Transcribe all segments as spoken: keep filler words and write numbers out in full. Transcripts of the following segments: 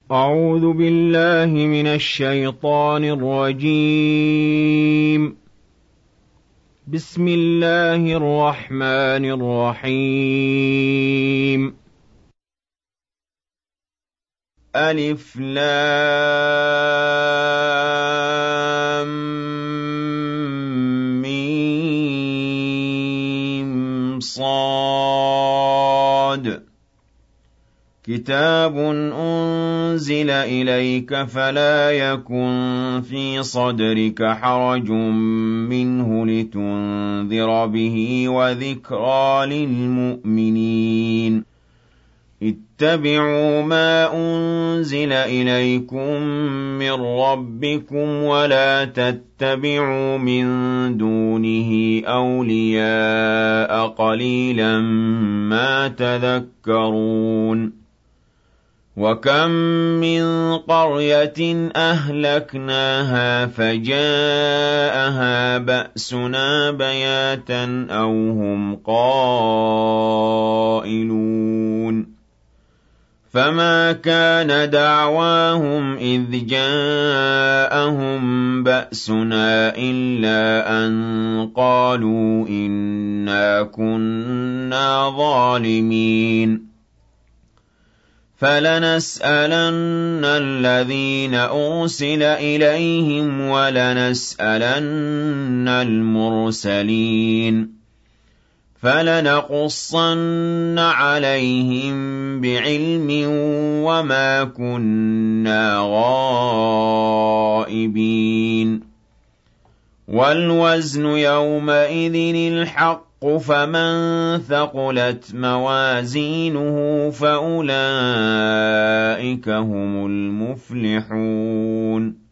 أعوذ بالله من الشيطان الرجيم. بسم الله الرحمن الرحيم. ألف لام ميم صاد كتاب أنزل إليك فلا يكن في صدرك حرج منه لتنذر به وذكرى للمؤمنين. اتبعوا ما أنزل إليكم من ربكم ولا تتبعوا من دونه أولياء قليلا ما تذكرون. وكم من قرية أهلكناها فجاءها بأسنا بياتا أو هم قائلون. فما كان دعواهم إذ جاءهم بأسنا إلا أن قالوا إنا كنا ظالمين. فلنسألن الذين أرسل إليهم ولنسألن المرسلين. فلنقصن عليهم بعلم وما كنا غائبين. والوزن يومئذ الحق فمن ثقلت موازينه فأولئك هم المفلحون.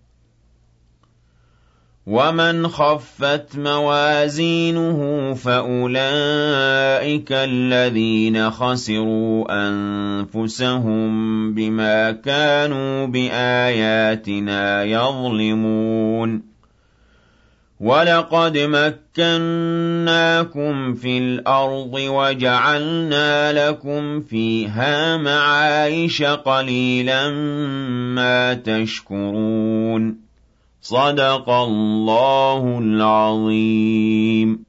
ومن خفت موازينه فأولئك الذين خسروا أنفسهم بما كانوا بآياتنا يظلمون. وَلَقَدْ مَكَّنَّاكُمْ فِي الْأَرْضِ وَجَعَلْنَا لَكُمْ فِيهَا مَعَايِشَ قَلِيلًا مَا تَشْكُرُونَ. صدق الله العظيم.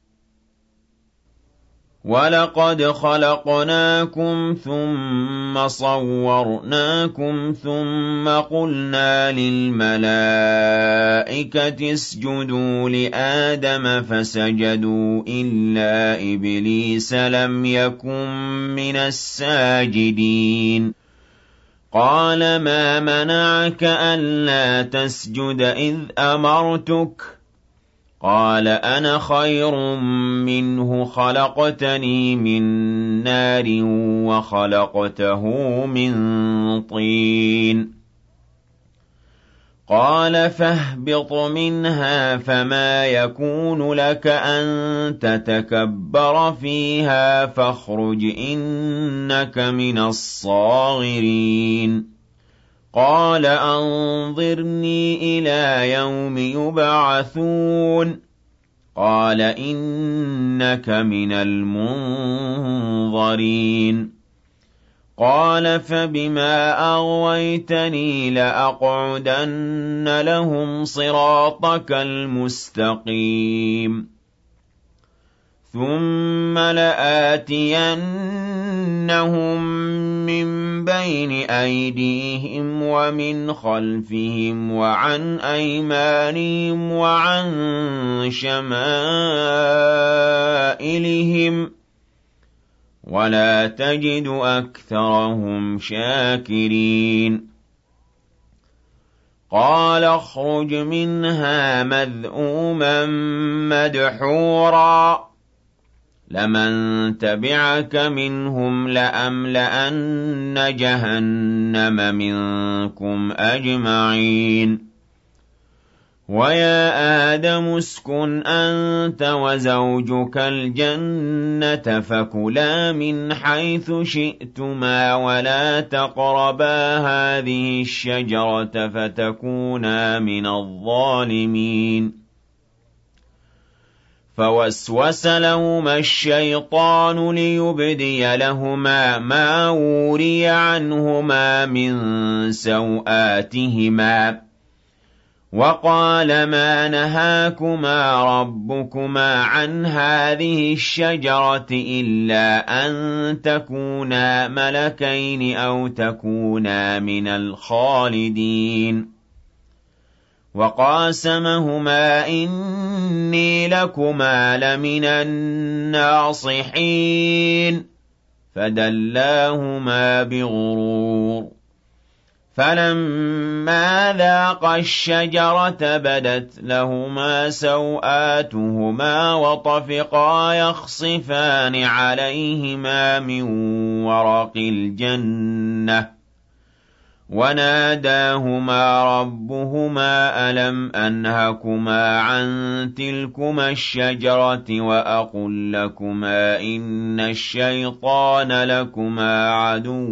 وَلَقَدْ خَلَقْنَاكُمْ ثُمَّ صَوَّرْنَاكُمْ ثُمَّ قُلْنَا لِلْمَلَائِكَةِ اسْجُدُوا لِآدَمَ فَسَجَدُوا إِلَّا إِبْلِيسَ لَمْ يَكُن مِّنَ السَّاجِدِينَ. قَالَ مَا مَنَعَكَ أَلَّا تَسْجُدَ إِذْ أَمَرْتُكَ؟ قَالَ أَنَا خَيْرٌ مِّنْهُ خَلَقْتَنِي مِن نَّارٍ وَخَلَقْتَهُ مِن طِينٍ. قَالَ فَاهْبِطْ مِنْهَا فَمَا يَكُونُ لَكَ أَن تَتَكَبَّرَ فِيهَا فَاخْرُجْ إِنَّكَ مِنَ الصَّاغِرِينَ. قَالَ أَنظِرْنِي إِلَىٰ يَوْمِ يُبْعَثُونَ. قَالَ إِنَّكَ مِنَ الْمُنظَرِينَ. قَالَ فَبِمَا أَغْوَيْتَنِي لَأَقْعُدَنَّ لَهُمْ صِرَاطَكَ الْمُسْتَقِيمَ. ثُمَّ لَآتِيَنَّهُم مِّن بَيْنِ أَيْدِيهِمْ وَمِنْ خَلْفِهِمْ وَعَنْ أَيْمَانِهِمْ وَعَن شَمَائِلِهِمْ وَلَا تَجِدُ أَكْثَرَهُمْ شَاكِرِينَ. قَالَ اخْرُجْ مِنْهَا مَذْءُومًا مَّدْحُورًا لَمَن تَبِعَكَ مِنْهُمْ لَأَمْلَأَنَّ جَهَنَّمَ مِنكُمْ أَجْمَعِينَ. وَيَا آدَمُ اسْكُنْ أَنتَ وَزَوْجُكَ الْجَنَّةَ فَكُلَا مِنْ حَيْثُ شِئْتُمَا وَلَا تَقْرَبَا هَٰذِهِ الشَّجَرَةَ فَتَكُونَا مِنَ الظَّالِمِينَ. فوسوس لهما الشيطان ليبدي لهما ما وري عنهما من سوآتهما وقال ما نهاكما ربكما عن هذه الشجرة إلا أن تكونا ملكين أو تكونا من الخالدين وقاسمهما إني لكما لمن الناصحين فدلاهما بغرور فلما ذاقا الشجرة بدت لهما سوآتهما وطفقا يخصفان عليهما من ورق الجنة وناداهما ربهما ألم أنهكما عن تلكما الشجرة وأقل لكما إن الشيطان لكما عدو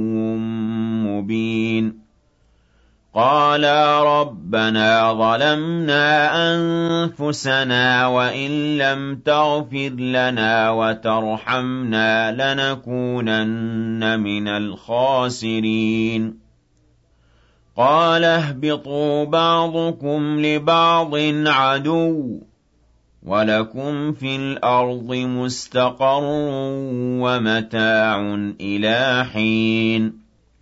مبين قالا ربنا ظلمنا أنفسنا وإن لم تغفر لنا وترحمنا لنكونن من الخاسرين قال اهبطوا بعضكم لبعض عدو ولكم في الأرض مستقر ومتاع إلى حين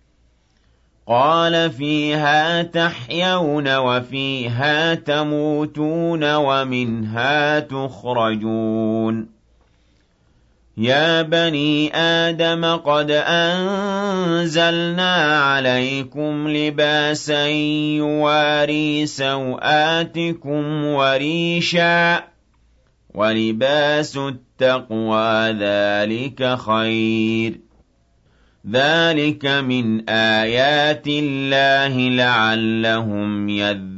قال فيها تحيون وفيها تموتون ومنها تخرجون يا بني آدم قد أنزلنا عليكم لباسا يواري سوآتكم وريشا ولباس التقوى ذلك خير ذلك من آيات الله لعلهم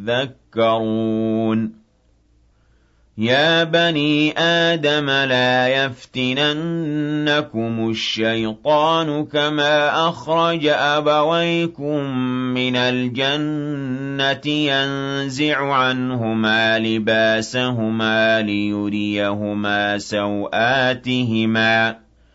يذكرون يا بني آدم لا يفتننكم الشيطان كما أخرج أبويكم من الجنة ينزع عنهما لباسهما ليريهما سوآتهما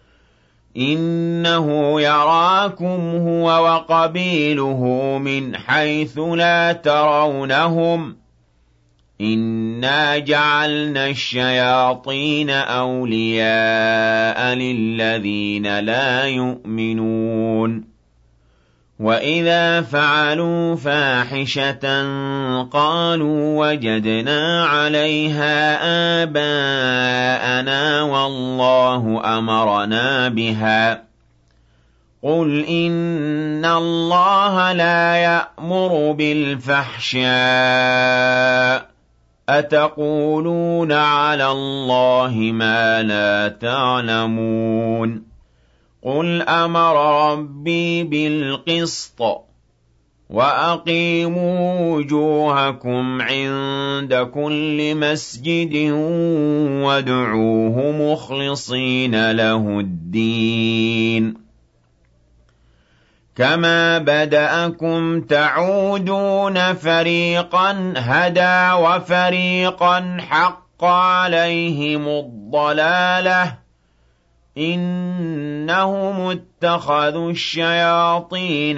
إنه يراكم هو وقبيله من حيث لا ترونهم إنا جعلنا الشياطين أولياء للذين لا يؤمنون وإذا فعلوا فاحشة قالوا وجدنا عليها آباءنا والله أمرنا بها قل إن الله لا يأمر بالفحشاء أتقولون على الله ما لا تعلمون قل أمر ربي بالقسط وأقيموا وجوهكم عند كل مسجد وادعوه مخلصين له الدين كما بدأكم تعودون فريقا هدى وفريقا حق عليهم الضلالة إنهم اتخذوا الشياطين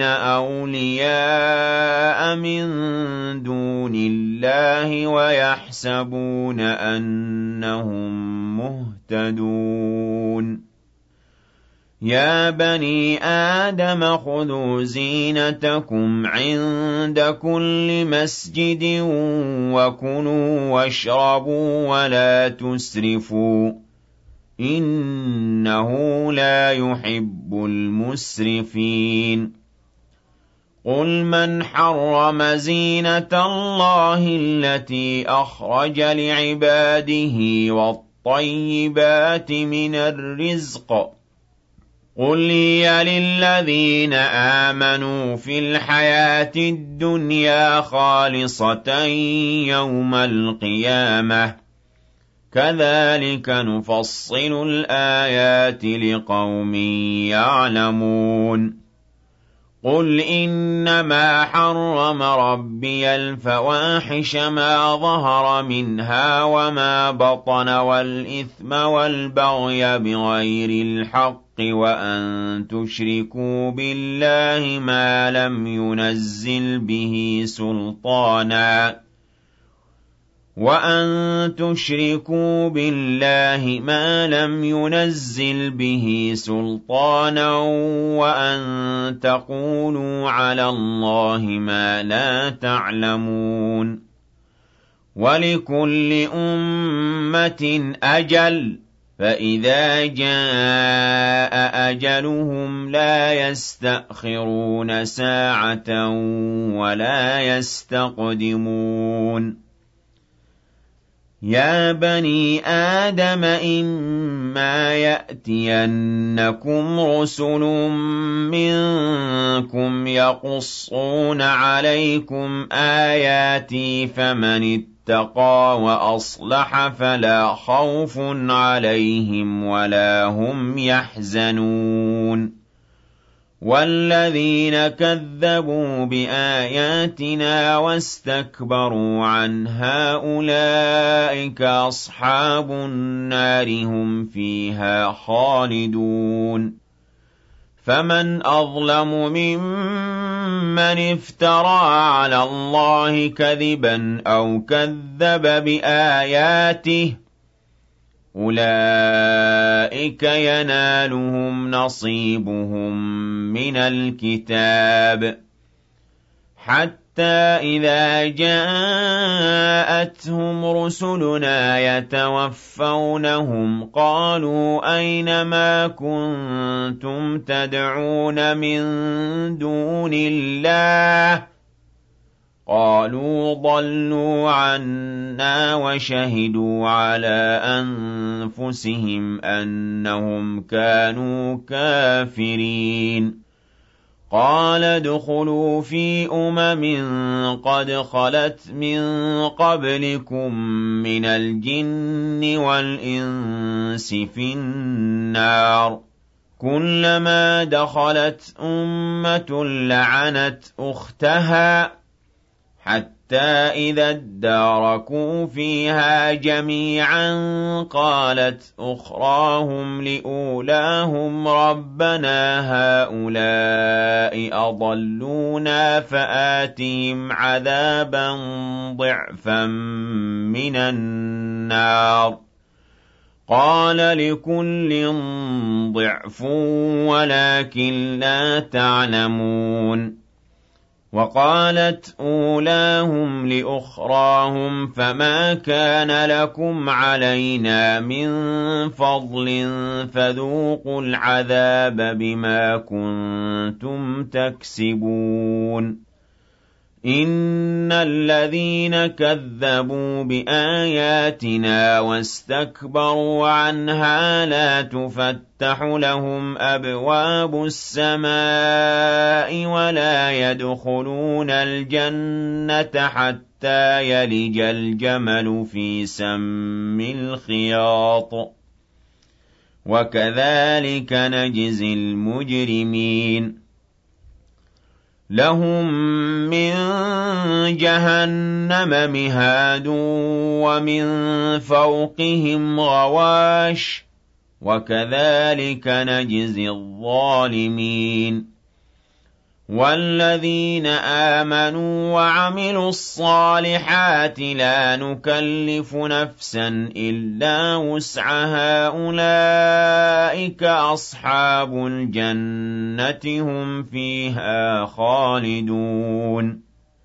أولياء من دون الله ويحسبون أنهم مهتدون يا بني آدم خذوا زينتكم عند كل مسجد وكلوا واشربوا ولا تسرفوا إنه لا يحب المسرفين قل من حرم زينة الله التي أخرج لعباده والطيبات من الرزق قل هي للذين آمنوا في الحياة الدنيا خالصة يوم القيامة كذلك نفصل الآيات لقوم يعلمون قُلْ إِنَّمَا حَرَّمَ رَبِّيَ الْفَوَاحِشَ مَا ظَهَرَ مِنْهَا وَمَا بَطَنَ وَالْإِثْمَ وَالْبَغْيَ بِغَيْرِ الْحَقِّ وَأَن تُشْرِكُوا بِاللَّهِ مَا لَمْ يُنَزِّلْ بِهِ سُلْطَانًا وَأَن تُشْرِكُوا بِاللَّهِ مَا لَمْ يُنَزِّلْ بِهِ سُلْطَانًا وَأَن تَقُولُوا عَلَى اللَّهِ مَا لَا تَعْلَمُونَ وَلِكُلِّ أُمَّةٍ أَجَلٌ فَإِذَا جَاءَ أَجَلُهُمْ لَا يَسْتَأْخِرُونَ سَاعَةً وَلَا يَسْتَقْدِمُونَ يَا بَنِي آدَمَ إِمَّا يَأْتِيَنَّكُمْ رُسُلٌ مِّنكُمْ يَقُصُّونَ عَلَيْكُمْ آيَاتِي فَمَنِ اتَّقَىٰ وَأَصْلَحَ فَلَا خَوْفٌ عَلَيْهِمْ وَلَا هُمْ يَحْزَنُونَ وَالَّذِينَ كَذَّبُوا بِآيَاتِنَا وَاسْتَكْبَرُوا عَنْهَا أُولَٰئِكَ أَصْحَابُ النَّارِ هُمْ فِيهَا خَالِدُونَ فَمَنْ أَظْلَمُ مِمَّنِ افْتَرَىٰ عَلَى اللَّهِ كَذِبًا أَوْ كَذَّبَ بِآيَاتِهِ أُولَٰئِكَ يَنَالُهُمْ نَصِيبُهُم مِّنَ الْكِتَابِ حَتَّىٰ إِذَا جَاءَتْهُمْ رُسُلُنَا يَتَوَفَّوْنَهُمْ قَالُوا أَيْنَ مَا كُنتُمْ تَدْعُونَ مِن دُونِ اللَّهِ قَالُوا ضَلُّوا عَنَّا وَشَهِدُوا عَلَىٰ أَنفُسِهِمْ أَنَّهُمْ كَانُوا كَافِرِينَ قَالَ ادْخُلُوا فِي أُمَمٍ قَدْ خَلَتْ مِن قَبْلِكُم مِّنَ الْجِنِّ وَالْإِنسِ فِي النَّارِ كُلَّمَا دَخَلَتْ أُمَّةٌ لَّعَنَتْ أُخْتَهَا حَتَّىٰ إِذَا ادَّارَكُوا فِيهَا جَمِيعًا قَالَتْ أُخْرَاهُمْ لِأُولَاهُمْ رَبَّنَا هَٰؤُلَاءِ أَضَلُّونَا فَآتِهِمْ عَذَابًا ضِعْفًا مِّنَ النَّارِ قَالَ لِكُلٍّ ضِعْفٌ وَلَٰكِن لَّا تَعْلَمُونَ وَقَالَتْ أُولَاهُمْ لِأُخْرَاهُمْ فَمَا كَانَ لَكُمْ عَلَيْنَا مِن فَضْلٍ فَذُوقُوا الْعَذَابَ بِمَا كُنتُمْ تَكْسِبُونَ إِنَّ الَّذِينَ كَذَّبُوا بِآيَاتِنَا وَاسْتَكْبَرُوا عَنْهَا لَا تُفَتَّحُ لَهُمْ أَبْوَابُ السَّمَاءِ وَلَا يَدْخُلُونَ الْجَنَّةَ حَتَّىٰ يَلِجَ الْجَمَلُ فِي سَمِّ الْخِيَاطِ وَكَذَٰلِكَ نَجْزِي الْمُجْرِمِينَ لَهُم مِّن جَهَنَّمَ مِهَادٌ وَمِن فَوْقِهِمْ غَوَاشٍ وَكَذَٰلِكَ نَجْزِي الظَّالِمِينَ وَالَّذِينَ آمَنُوا وَعَمِلُوا الصَّالِحَاتِ لَا نُكَلِّفُ نَفْسًا إِلَّا وُسْعَهَا أُولَٰئِكَ أَصْحَابُ الْجَنَّةِ هُمْ فِيهَا خَالِدُونَ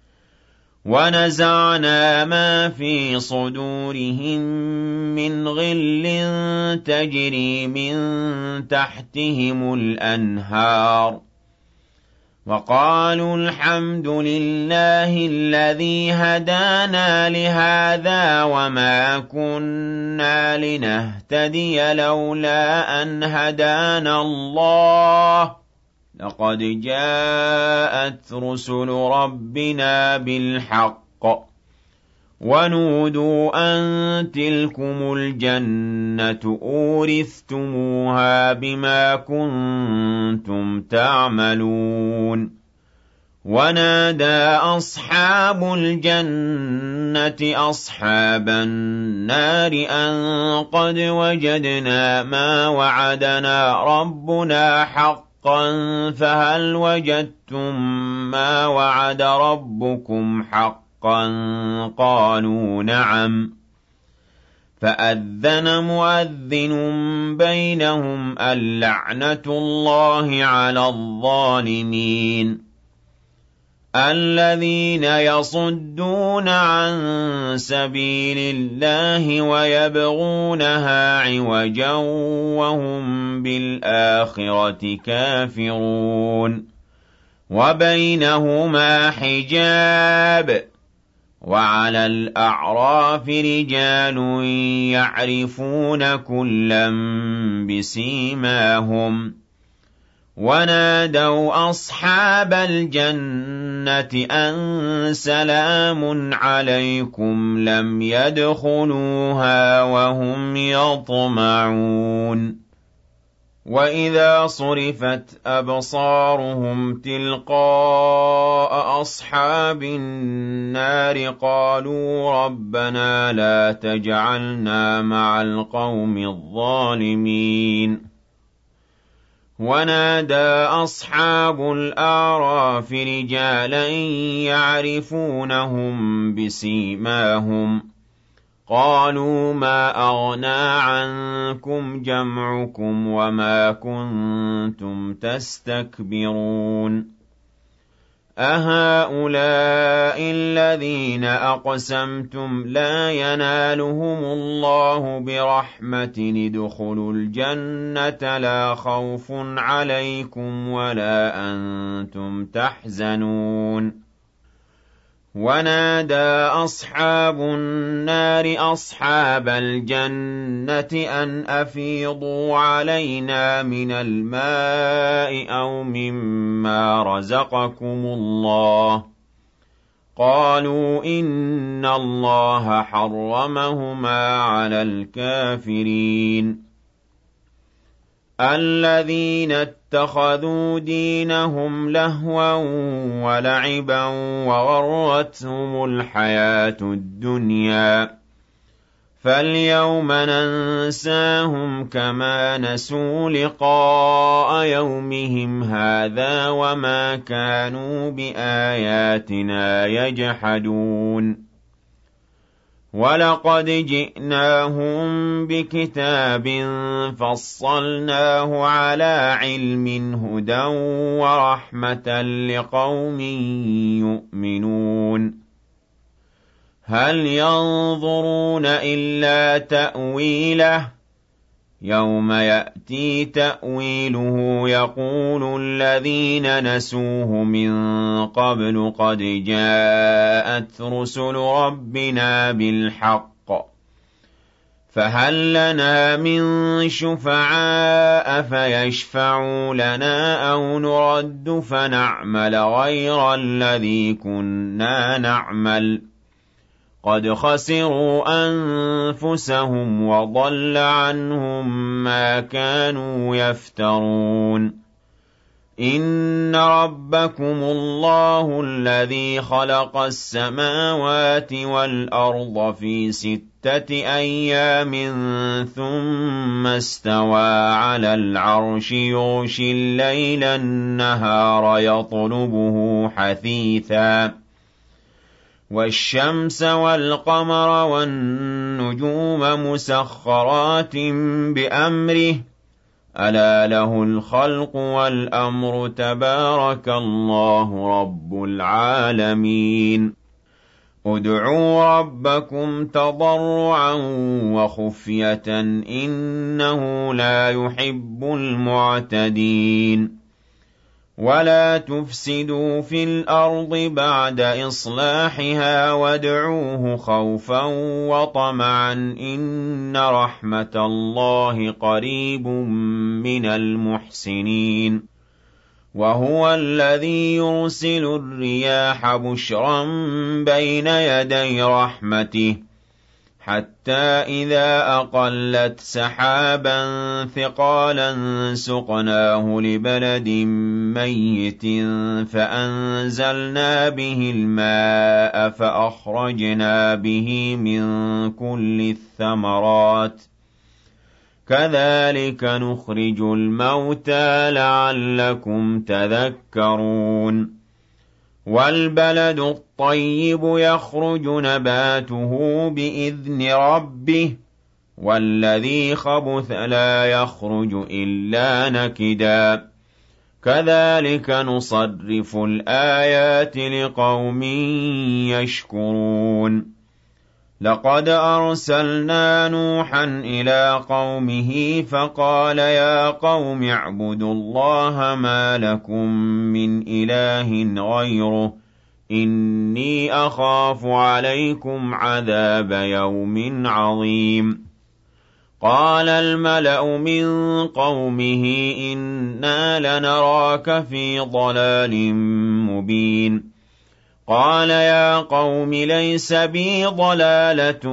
وَنَزَعْنَا مَا فِي صُدُورِهِم مِّنْ غِلٍّ تَجْرِي مِن تَحْتِهِمُ الْأَنْهَارُ وَقَالُوا الْحَمْدُ لِلَّهِ الَّذِي هَدَانَا لِهَٰذَا وَمَا كُنَّا لِنَهْتَدِيَ لَوْلَا أَنْ هَدَانَا اللَّهُ لَقَدْ جَاءَتْ رُسُلُ رَبِّنَا بِالْحَقِّ وَنُودُوا أَن تِلْكُمُ الْجَنَّةُ أُورِثْتُمُوهَا بِمَا كُنتُمْ تَعْمَلُونَ ونادى أصحاب الجنة أصحاب النار أن قد وجدنا ما وعدنا ربنا حقا فهل وجدتم ما وعد ربكم حقا قالوا نعم فأذن مؤذن بينهم اللعنة الله على الظالمين الذين يصدون عن سبيل الله ويبغونها عوجا وهم بالآخرة كافرون وبينهما حجاب وعلى الأعراف رجال يعرفون كلا بسيماهم ونادوا أصحاب الجنة أن سلام عليكم لم يدخلوها وهم يطمعون وإذا صرفت أبصارهم تلقاء أصحاب النار قالوا ربنا لا تجعلنا مع القوم الظالمين ونادى أصحاب الأعراف رجالا يعرفونهم بسيماهم قالوا ما أغنى عنكم جمعكم وما كنتم تستكبرون أهؤلاء الذين أقسمتم لا ينالهم الله برحمة ادخلوا الجنة لا خوف عليكم ولا أنتم تحزنون ونادى أصحاب النار أصحاب الجنة أن أفيضوا علينا من الماء أو مما رزقكم الله قالوا إن الله حرمهما على الكافرين الذين اتخذوا دينهم لهوا ولعبا وغرتهم الحياة الدنيا فاليوم ننساهم كما نسوا لقاء يومهم هذا وما كانوا بآياتنا يجحدون ولقد جئناهم بكتاب فصلناه على علم هدى ورحمة لقوم يؤمنون هل ينظرون إلا تأويله يوم يأتي تأويله يقول الذين نسوه من قبل قد جاءت رسل ربنا بالحق فهل لنا من شفعاء فيشفعوا لنا أو نرد فنعمل غير الذي كنا نعمل قد خسروا أنفسهم وضل عنهم ما كانوا يفترون إن ربكم الله الذي خلق السماوات والأرض في ستة أيام ثم استوى على العرش يغشي الليل النهار يطلبه حثيثا والشمس والقمر والنجوم مسخرات بأمره ألا له الخلق والأمر تبارك الله رب العالمين ادعوا ربكم تضرعا وخفية إنه لا يحب المعتدين ولا تفسدوا في الأرض بعد إصلاحها وادعوه خوفا وطمعا إن رحمة الله قريب من المحسنين وهو الذي يرسل الرياح بشرا بين يدي رحمته حتى إذا أقلت سحابا ثقالا سقناه لبلد ميت فأنزلنا به الماء فأخرجنا به من كل الثمرات كذلك نخرج الموتى لعلكم تذكرون والبلد الطيب يخرج نباته بإذن ربه والذي خبث لا يخرج إلا نكدا كذلك نصرف الآيات لقوم يشكرون لقد أرسلنا نوحا إلى قومه فقال يا قوم اعبدوا الله ما لكم من إله غيره إني أخاف عليكم عذاب يوم عظيم قال الملأ من قومه إنا لنراك في ضلال مبين قال يا قوم ليس بي ضلالة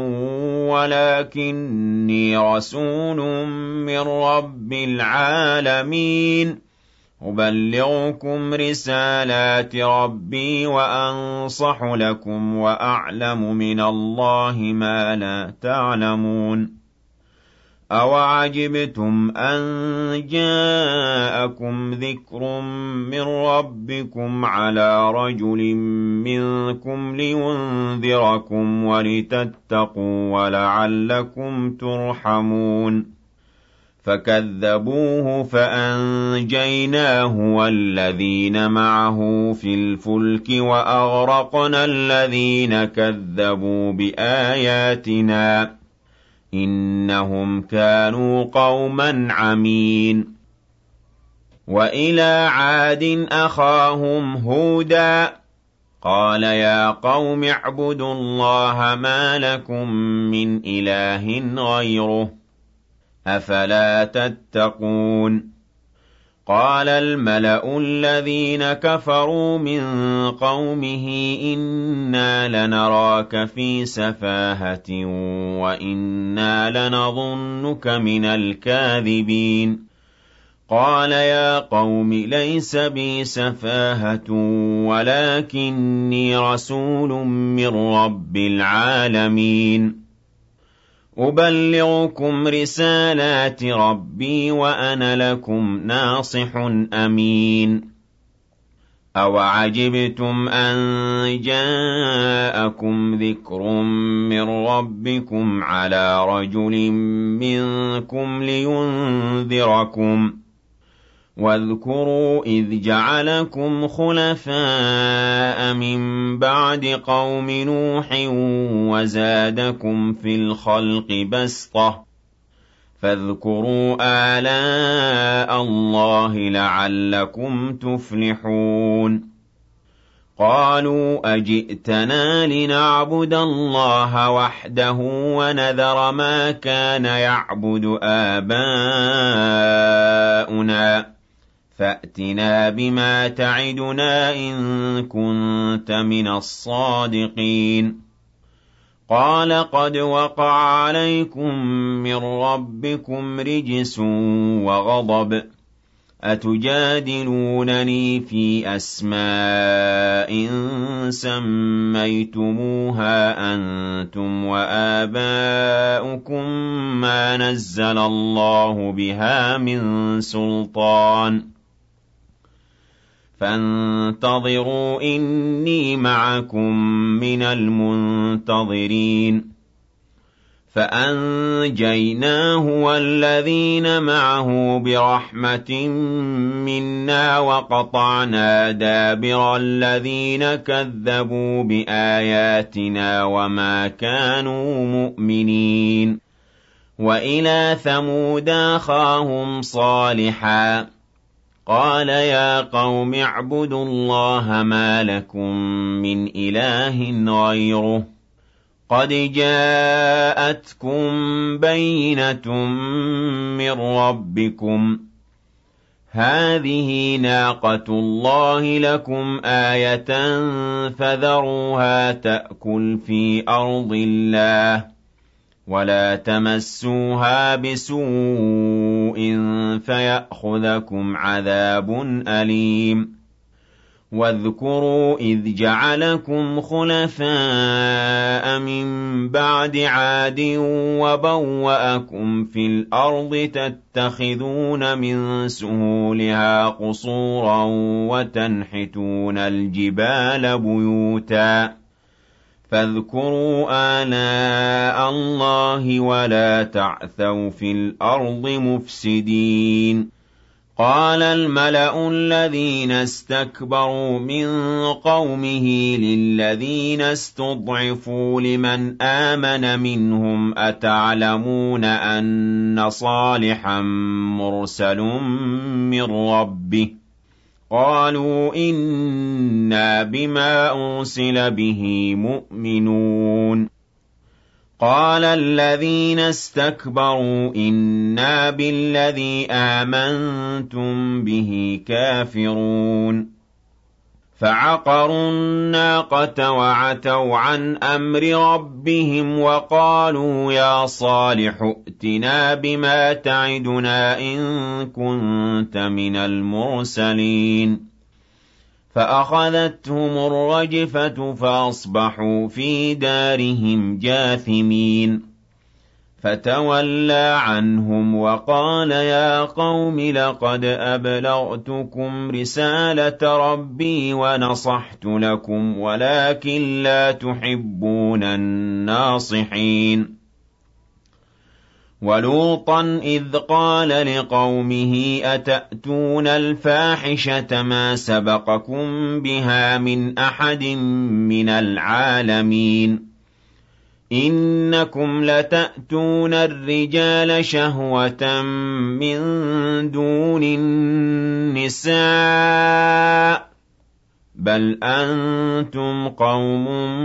ولكني رسول من رب العالمين أبلغكم رسالات ربي وأنصح لكم وأعلم من الله ما لا تعلمون أَوَعَجِبْتُمْ أَن جَاءَكُمْ ذِكْرٌ مِّن رَّبِّكُمْ عَلَىٰ رَجُلٍ مِّنكُمْ لِيُنذِرَكُمْ وَلِتَتَّقُوا وَلَعَلَّكُمْ تُرْحَمُونَ فَكَذَّبُوهُ فَأَنجَيْنَاهُ وَالَّذِينَ مَعَهُ فِي الْفُلْكِ وَأَغْرَقْنَا الَّذِينَ كَذَّبُوا بِآيَاتِنَا إنهم كانوا قوما عمين وإلى عاد أخاهم هودا قال يا قوم اعبدوا الله ما لكم من إله غيره أفلا تتقون قال الملأ الذين كفروا من قومه إنا لنراك في سفاهة وإنا لنظنك من الكاذبين قال يا قوم ليس بي سفاهة ولكني رسول من رب العالمين أبلغكم رسالات ربي وأنا لكم ناصح أمين أَوَعَجِبْتُمْ أَن جَاءَكُمْ ذِكْرٌ مِّن رَّبِّكُمْ عَلَىٰ رَجُلٍ مِّنكُمْ لِيُنذِرَكُمْ واذكروا إذ جعلكم خلفاء من بعد قوم نوح وزادكم في الخلق بسطة فاذكروا آلاء الله لعلكم تفلحون قالوا أجئتنا لنعبد الله وحده ونذر ما كان يعبد آباؤنا فأتنا بما تعدنا إن كنت من الصادقين قال قد وقع عليكم من ربكم رجس وغضب أتجادلونني في أسماء سميتموها أنتم وآباؤكم ما نزل الله بها من سلطان فانتظروا إني معكم من المنتظرين فأنجيناه والذين معه برحمة منا وقطعنا دابر الذين كذبوا بآياتنا وما كانوا مؤمنين وإلى ثمود أخاهم صالحا قال يا قوم اعبدوا الله ما لكم من إله غيره قد جاءتكم بينة من ربكم هذه ناقة الله لكم آية فذروها تأكل في أرض الله ولا تمسوها بسوء فيأخذكم عذاب أليم واذكروا إذ جعلكم خلفاء من بعد عاد وبوأكم في الأرض تتخذون من سهولها قصورا وتنحتون الجبال بيوتا فاذكروا آلاء الله ولا تعثوا في الأرض مفسدين قال الملأ الذين استكبروا من قومه للذين استضعفوا لمن آمن منهم أتعلمون أن صالحا مرسل من ربه قالوا إنا بما أرسل به مؤمنون قال الذين استكبروا إنا بالذي آمنتم به كافرون فعقروا الناقة وعتوا عن أمر ربهم وقالوا يا صالح ائتنا بما تعدنا إن كنت من المرسلين فأخذتهم الرجفة فأصبحوا في دارهم جاثمين فتولى عنهم وقال يا قوم لقد أبلغتكم رسالة ربي ونصحت لكم ولكن لا تحبون الناصحين ولوطا إذ قال لقومه أتأتون الفاحشة ما سبقكم بها من أحد من العالمين إنكم لتأتون الرجال شهوة من دون النساء بل أنتم قوم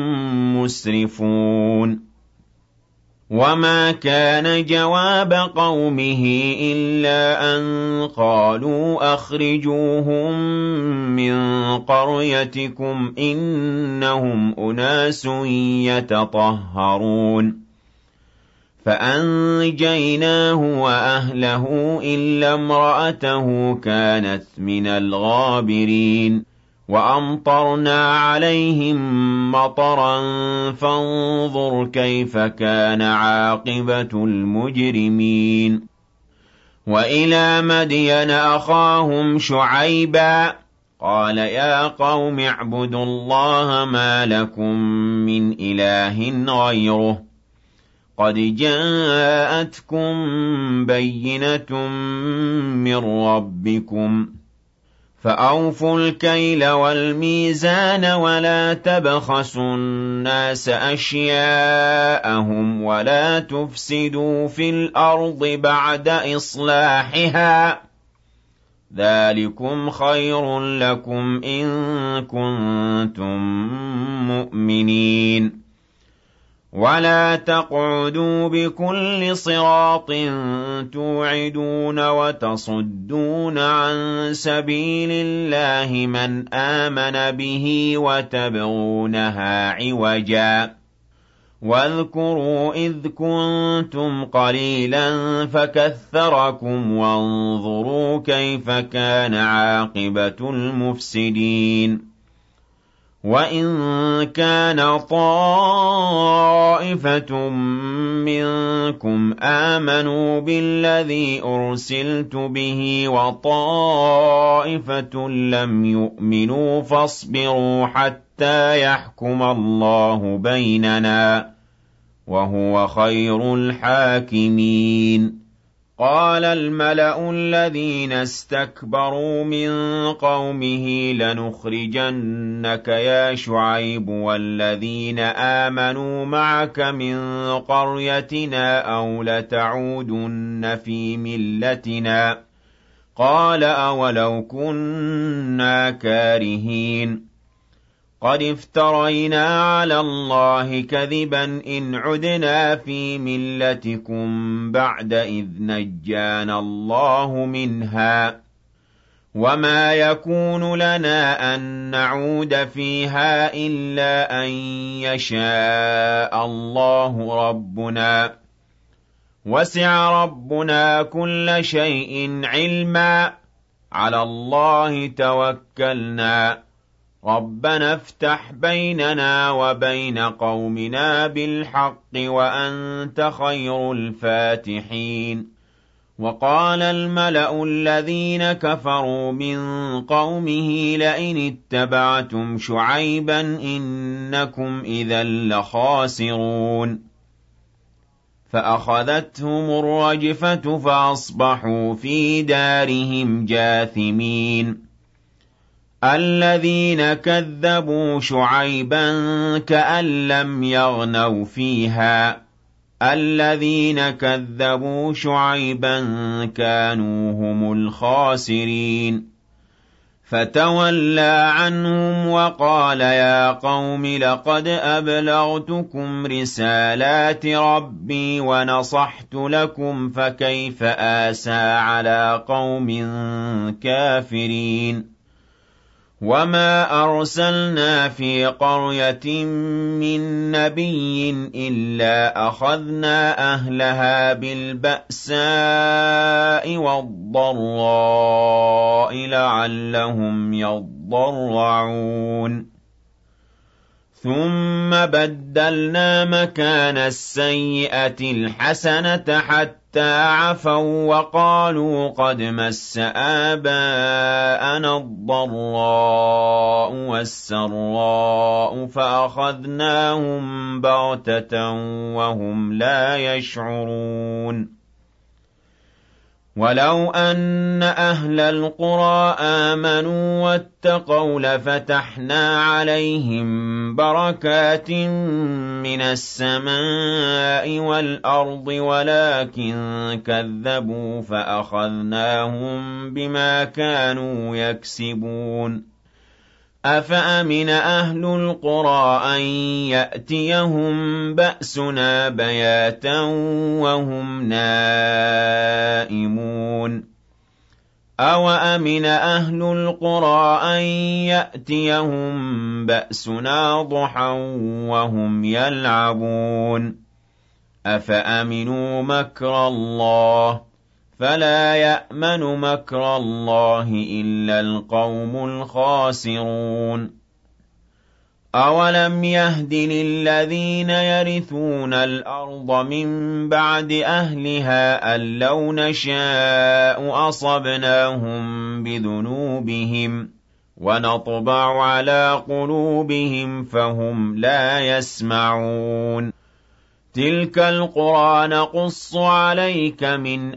مسرفون وما كان جواب قومه إلا أن قالوا أخرجوهم من قريتكم إنهم أناس يتطهرون فأنجيناه وأهله إلا امرأته كانت من الغابرين وأمطرنا عليهم مطرا فانظر كيف كان عاقبة المجرمين وإلى مدين أخاهم شعيبا قال يا قوم اعبدوا الله ما لكم من إله غيره قد جاءتكم بينة من ربكم فأوفوا الكيل والميزان ولا تبخسوا الناس أشياءهم ولا تفسدوا في الأرض بعد إصلاحها ذلكم خير لكم إن كنتم مؤمنين ولا تقعدوا بكل صراط توعدون وتصدون عن سبيل الله من آمن به وتبغونها عوجا واذكروا إذ كنتم قليلا فكثركم وانظروا كيف كان عاقبة المفسدين وَإِن كَانَ طَائِفَةٌ مِّنكُمْ آمَنُوا بِالَّذِي أُرْسِلْتُ بِهِ وَطَائِفَةٌ لَّمْ يُؤْمِنُوا فَاصْبِرُوا حَتَّىٰ يَحْكُمَ اللَّهُ بَيْنَنَا وَهُوَ خَيْرُ الْحَاكِمِينَ قال الملأ الذين استكبروا من قومه لنخرجنك يا شعيب والذين آمنوا معك من قريتنا أو لتعودن في ملتنا قال أولو كنا كارهين قد افترينا على الله كذبا إن عدنا في ملتكم بعد إذ نجانا الله منها وما يكون لنا أن نعود فيها إلا أن يشاء الله ربنا وَسِعَ رَبُّنَا كُلَّ شَيْءٍ عِلْمًا عَلَى اللَّهِ تَوَكَّلْنَا رَبَّنَا افْتَحْ بَيْنَنَا وَبَيْنَ قَوْمِنَا بِالْحَقِّ وَأَنْتَ خَيْرُ الْفَاتِحِينَ وَقَالَ الْمَلَأُ الَّذِينَ كَفَرُوا مِن قَوْمِهِ لَئِنِ اتَّبَعْتُمْ شُعَيْبًا إِنَّكُمْ إِذًا لَّخَاسِرُونَ فَأَخَذَتْهُمُ الرَّجْفَةُ فَأَصْبَحُوا فِي دَارِهِمْ جَاثِمِينَ الَّذِينَ كَذَّبُوا شُعَيْبًا كَأَن لَّمْ يَغْنَوْا فِيهَا الَّذِينَ كَذَّبُوا شُعَيْبًا كَانُوا هُمُ الْخَاسِرِينَ فَتَوَلَّىٰ عَنْهُمْ وَقَالَ يَا قَوْمِ لَقَدْ أَبْلَغْتُكُمْ رِسَالَاتِ رَبِّي وَنَصَحْتُ لَكُمْ فَكَيْفَ آسَىٰ عَلَىٰ قَوْمٍ كَافِرِينَ وَمَا أَرْسَلْنَا فِي قَرْيَةٍ مِّن نَّبِيٍّ إِلَّا أَخَذْنَا أَهْلَهَا بِالْبَأْسَاءِ وَالضَّرَّاءِ لَعَلَّهُمْ يَضَّرَّعُونَ ثُمَّ بَدَّلْنَا مَكَانَ السَّيِّئَةِ الْحَسَنَةَ حَتَّىٰ عَفَوا وَّقَالُوا قَدْ مَسَّ آبَاءَنَا الضَّرَّاءُ وَالسَّرَّاءُ فَأَخَذْنَاهُم بَغْتَةً وَهُمْ لَا يَشْعُرُونَ وَلَوْ أَنَّ أَهْلَ الْقُرَىٰ آمَنُوا وَاتَّقَوْا لَفَتَحْنَا عَلَيْهِم بَرَكَاتٍ مِّنَ السَّمَاءِ وَالْأَرْضِ وَلَٰكِن كَذَّبُوا فَأَخَذْنَاهُم بِمَا كَانُوا يَكْسِبُونَ أَفَأَمِنَ أَهْلُ الْقُرَىٰ أَن يَأْتِيَهُم بَأْسُنَا بَيَاتًا وَهُمْ نَائِمُونَ أَوَأَمِنَ أَهْلُ الْقُرَىٰ أَن يَأْتِيَهُم بَأْسُنَا ضُحًى وَهُمْ يَلْعَبُونَ أَفَأَمِنُوا مَكْرَ اللَّهِ فَلَا يَأْمَنُ مَكْرَ اللَّهِ إِلَّا الْقَوْمُ الْخَاسِرُونَ أَوَلَمْ يَهْدِ لِلَّذِينَ يَرِثُونَ الْأَرْضَ مِن بَعْدِ أَهْلِهَا أَن لَّوْ نَشَاءُ أَصَبْنَاهُم بِذُنُوبِهِمْ وَنَطْبَعُ عَلَىٰ قُلُوبِهِمْ فَهُمْ لَا يَسْمَعُونَ تِلْكَ الْقُرَىٰ نَقُصُّ عَلَيْكَ مِنْ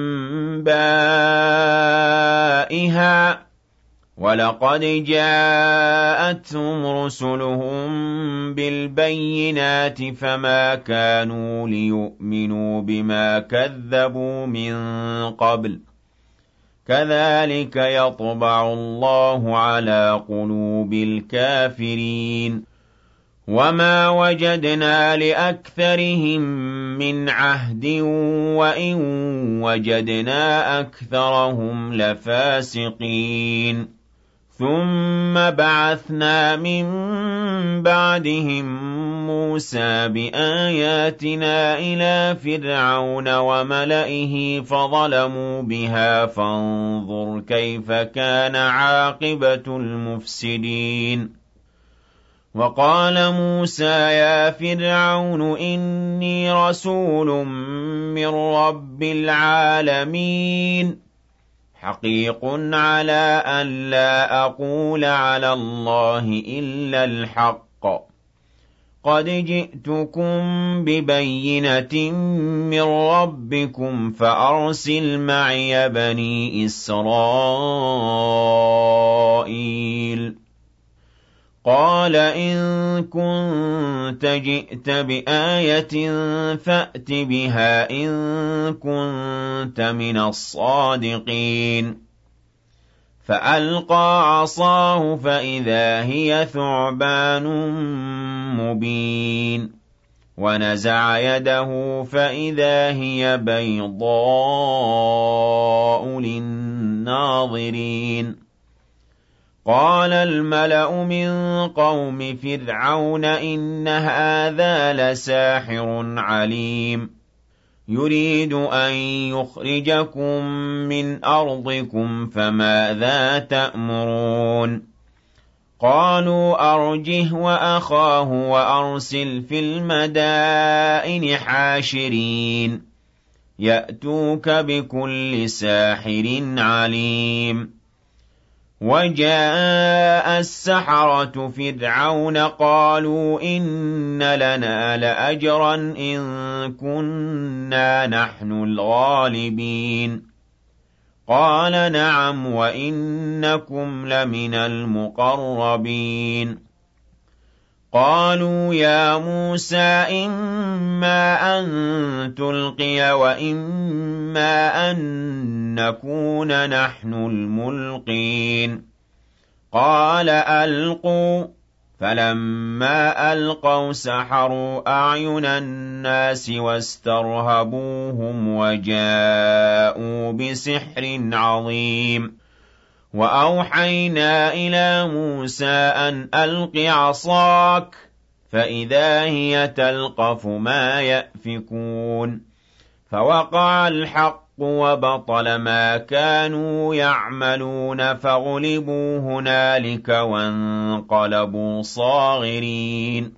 أَنبَائِهَا وَلَقَدْ جَاءَتْهُمْ رُسُلُهُم بِالْبَيِّنَاتِ فَمَا كَانُوا لِيُؤْمِنُوا بِمَا كَذَّبُوا مِن قَبْلُ كَذَٰلِكَ يَطْبَعُ اللَّهُ عَلَىٰ قُلُوبِ الْكَافِرِينَ وَمَا وَجَدْنَا لِأَكْثَرِهِم مِّنْ عَهْدٍ وَإِن وَجَدْنَا أَكْثَرَهُمْ لَفَاسِقِينَ ثُمَّ بَعَثْنَا مِن بَعْدِهِم مُّوسَىٰ بِآيَاتِنَا إِلَىٰ فِرْعَوْنَ وَمَلَئِهِ فَظَلَمُوا بِهَا فَانظُرْ كَيْفَ كَانَ عَاقِبَةُ الْمُفْسِدِينَ وَقَالَ مُوسَىٰ يَا فِرْعَوْنُ إِنِّي رَسُولٌ مِّن رَّبِّ الْعَالَمِينَ حَقِيقٌ عَلَىٰ أَن لَّا أَقُولَ عَلَى اللَّهِ إِلَّا الْحَقَّ قَدْ جِئْتُكُم بِبَيِّنَةٍ مِّن رَّبِّكُمْ فَأَرْسِلْ مَعِيَ بَنِي إِسْرَائِيلَ قَالَ إِن كُنتَ جِئْتَ بِآيَةٍ فَأْتِ بِهَا إِن كُنتَ مِنَ الصَّادِقِينَ فَأَلْقَىٰ عَصَاهُ فَإِذَا هِيَ ثُعْبَانٌ مُّبِينٌ وَنَزَعَ يَدَهُ فَإِذَا هِيَ بَيْضَاءُ لِلنَّاظِرِينَ قَالَ الْمَلَأُ مِن قَوْمِ فِرْعَوْنَ إِنَّ هَٰذَا لَسَاحِرٌ عَلِيمٌ يريد أن يخرجكم من أرضكم فماذا تأمرون قالوا أرجه وأخاه وأرسل في المدائن حاشرين يأتوك بكل ساحر عليم وجاء السحرة فرعون قالوا إن لنا لأجرا إن كنا نحن الغالبين قال نعم وإنكم لمن المقربين قالوا يا موسى إما أن تلقي وإما أن نكون نحن الملقين قال ألقوا فلما ألقوا سحروا أعين الناس واسترهبوهم وجاءوا بسحر عظيم وأوحينا إلى موسى أن ألق عصاك فإذا هي تلقف ما يأفكون فوقع الحق وبطل ما كانوا يعملون فغلبوا هنالك وانقلبوا صاغرين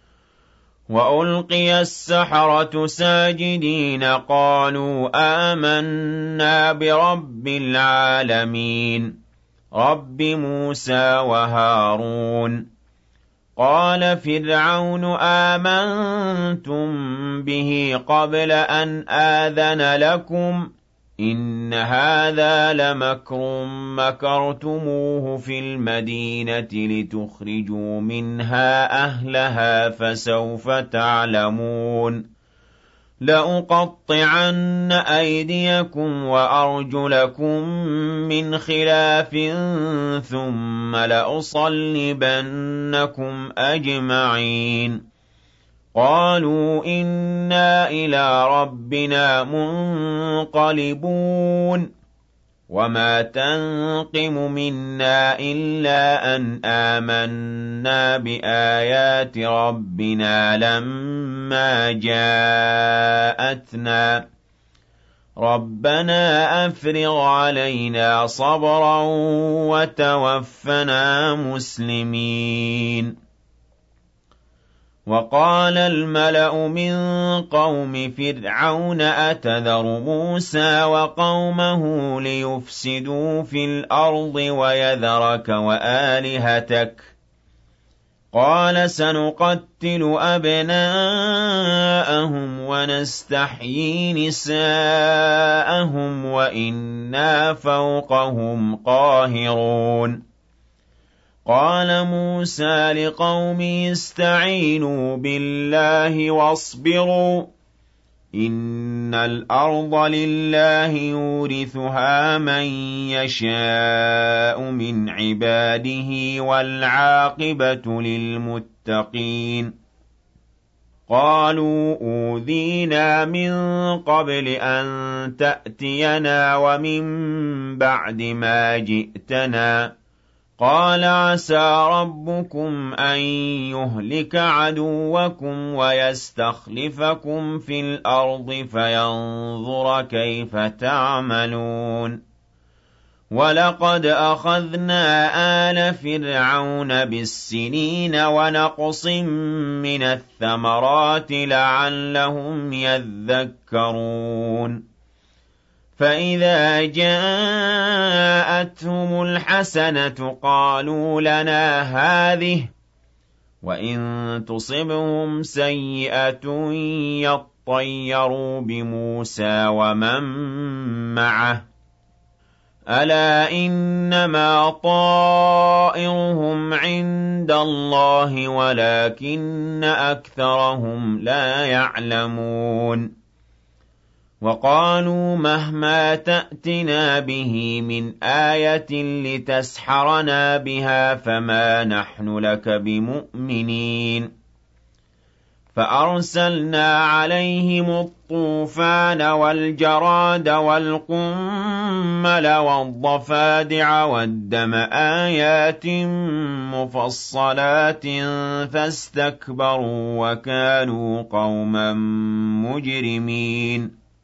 وألقي السحرة ساجدين قالوا آمنا برب العالمين رب موسى وهارون قال فرعون آمنتم به قبل أن آذن لكم إن هذا لمكر مكرتموه في المدينة لتخرجوا منها أهلها فسوف تعلمون لأقطعن أيديكم وأرجلكم من خلاف ثم لأصلبنكم أجمعين قالوا إنا إلى ربنا منقلبون وما تنقم منا إلا أن آمنا بآيات ربنا لما جاءتنا ربنا أفرغ علينا صبرا وتوفنا مسلمين وقال الملأ من قوم فرعون أتذر موسى وقومه ليفسدوا في الأرض ويذرك وآلهتك قال سنقتل أبناءهم ونستحيي نساءهم وإنا فوقهم قاهرون قال موسى لقومه استعينوا بالله واصبروا إن الأرض لله يورثها من يشاء من عباده والعاقبة للمتقين قالوا أوذينا من قبل أن تأتينا ومن بعد ما جئتنا قال عسى ربكم أن يهلك عدوكم ويستخلفكم في الأرض فينظر كيف تعملون ولقد أخذنا آل فرعون بالسنين ونقص من الثمرات لعلهم يذكرون فإذا جاءتهم الحسنة قالوا لنا هذه وإن تصبهم سيئة يطيروا بموسى ومن معه ألا إنما طائرهم عند الله ولكن أكثرهم لا يعلمون وقالوا مهما تأتنا به من آية لتسحرنا بها فما نحن لك بمؤمنين فأرسلنا عليهم الطوفان والجراد والقمل والضفادع والدم آيات مفصلات فاستكبروا وكانوا قوما مجرمين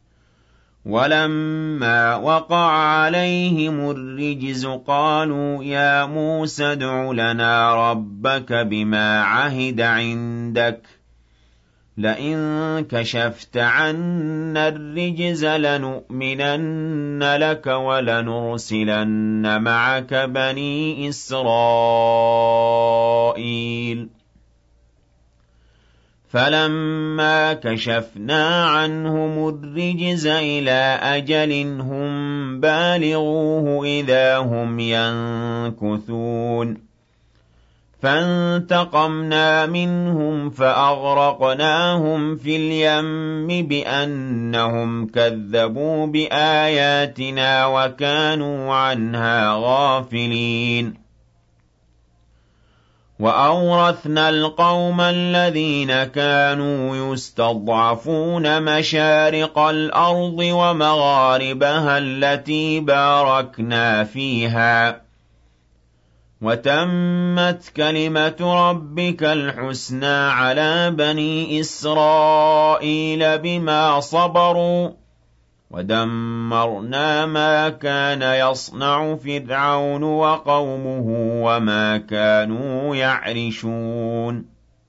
وَلَمَّا وَقَعَ عَلَيْهِمُ الرِّجْزُ قَالُوا يَا مُوسَى ادْعُ لَنَا رَبَّكَ بِمَا عَهِدَ عِندَكَ لَئِن كَشَفْتَ عَنَّا الرِّجْزَ لَنُؤْمِنَنَّ لَكَ وَلَنُرْسِلَنَّ مَعَكَ بَنِي إِسْرَائِيلَ فَلَمَّا كَشَفْنَا عَنْهُمُ الرِّجْزَ إِلَىٰ أَجَلٍ هُم بَالِغُوهُ إِذَا هُمْ يَنكُثُونَ فَانتَقَمْنَا مِنْهُمْ فَأَغْرَقْنَاهُمْ فِي الْيَمِّ بِأَنَّهُمْ كَذَّبُوا بِآيَاتِنَا وَكَانُوا عَنْهَا غَافِلِينَ وَأَوْرَثْنَا الْقَوْمَ الَّذِينَ كَانُوا يُسْتَضْعَفُونَ مَشَارِقَ الْأَرْضِ وَمَغَارِبَهَا الَّتِي بَارَكْنَا فِيهَا وَتَمَّتْ كَلِمَةُ رَبِّكَ الْحُسْنَىٰ عَلَىٰ بَنِي إِسْرَائِيلَ بِمَا صَبَرُوا وَدَمَّرْنَا مَا كَانَ يَصْنَعُ فِرْعَوْنُ وَقَوْمُهُ وَمَا كَانُوا يَعْرِشُونَ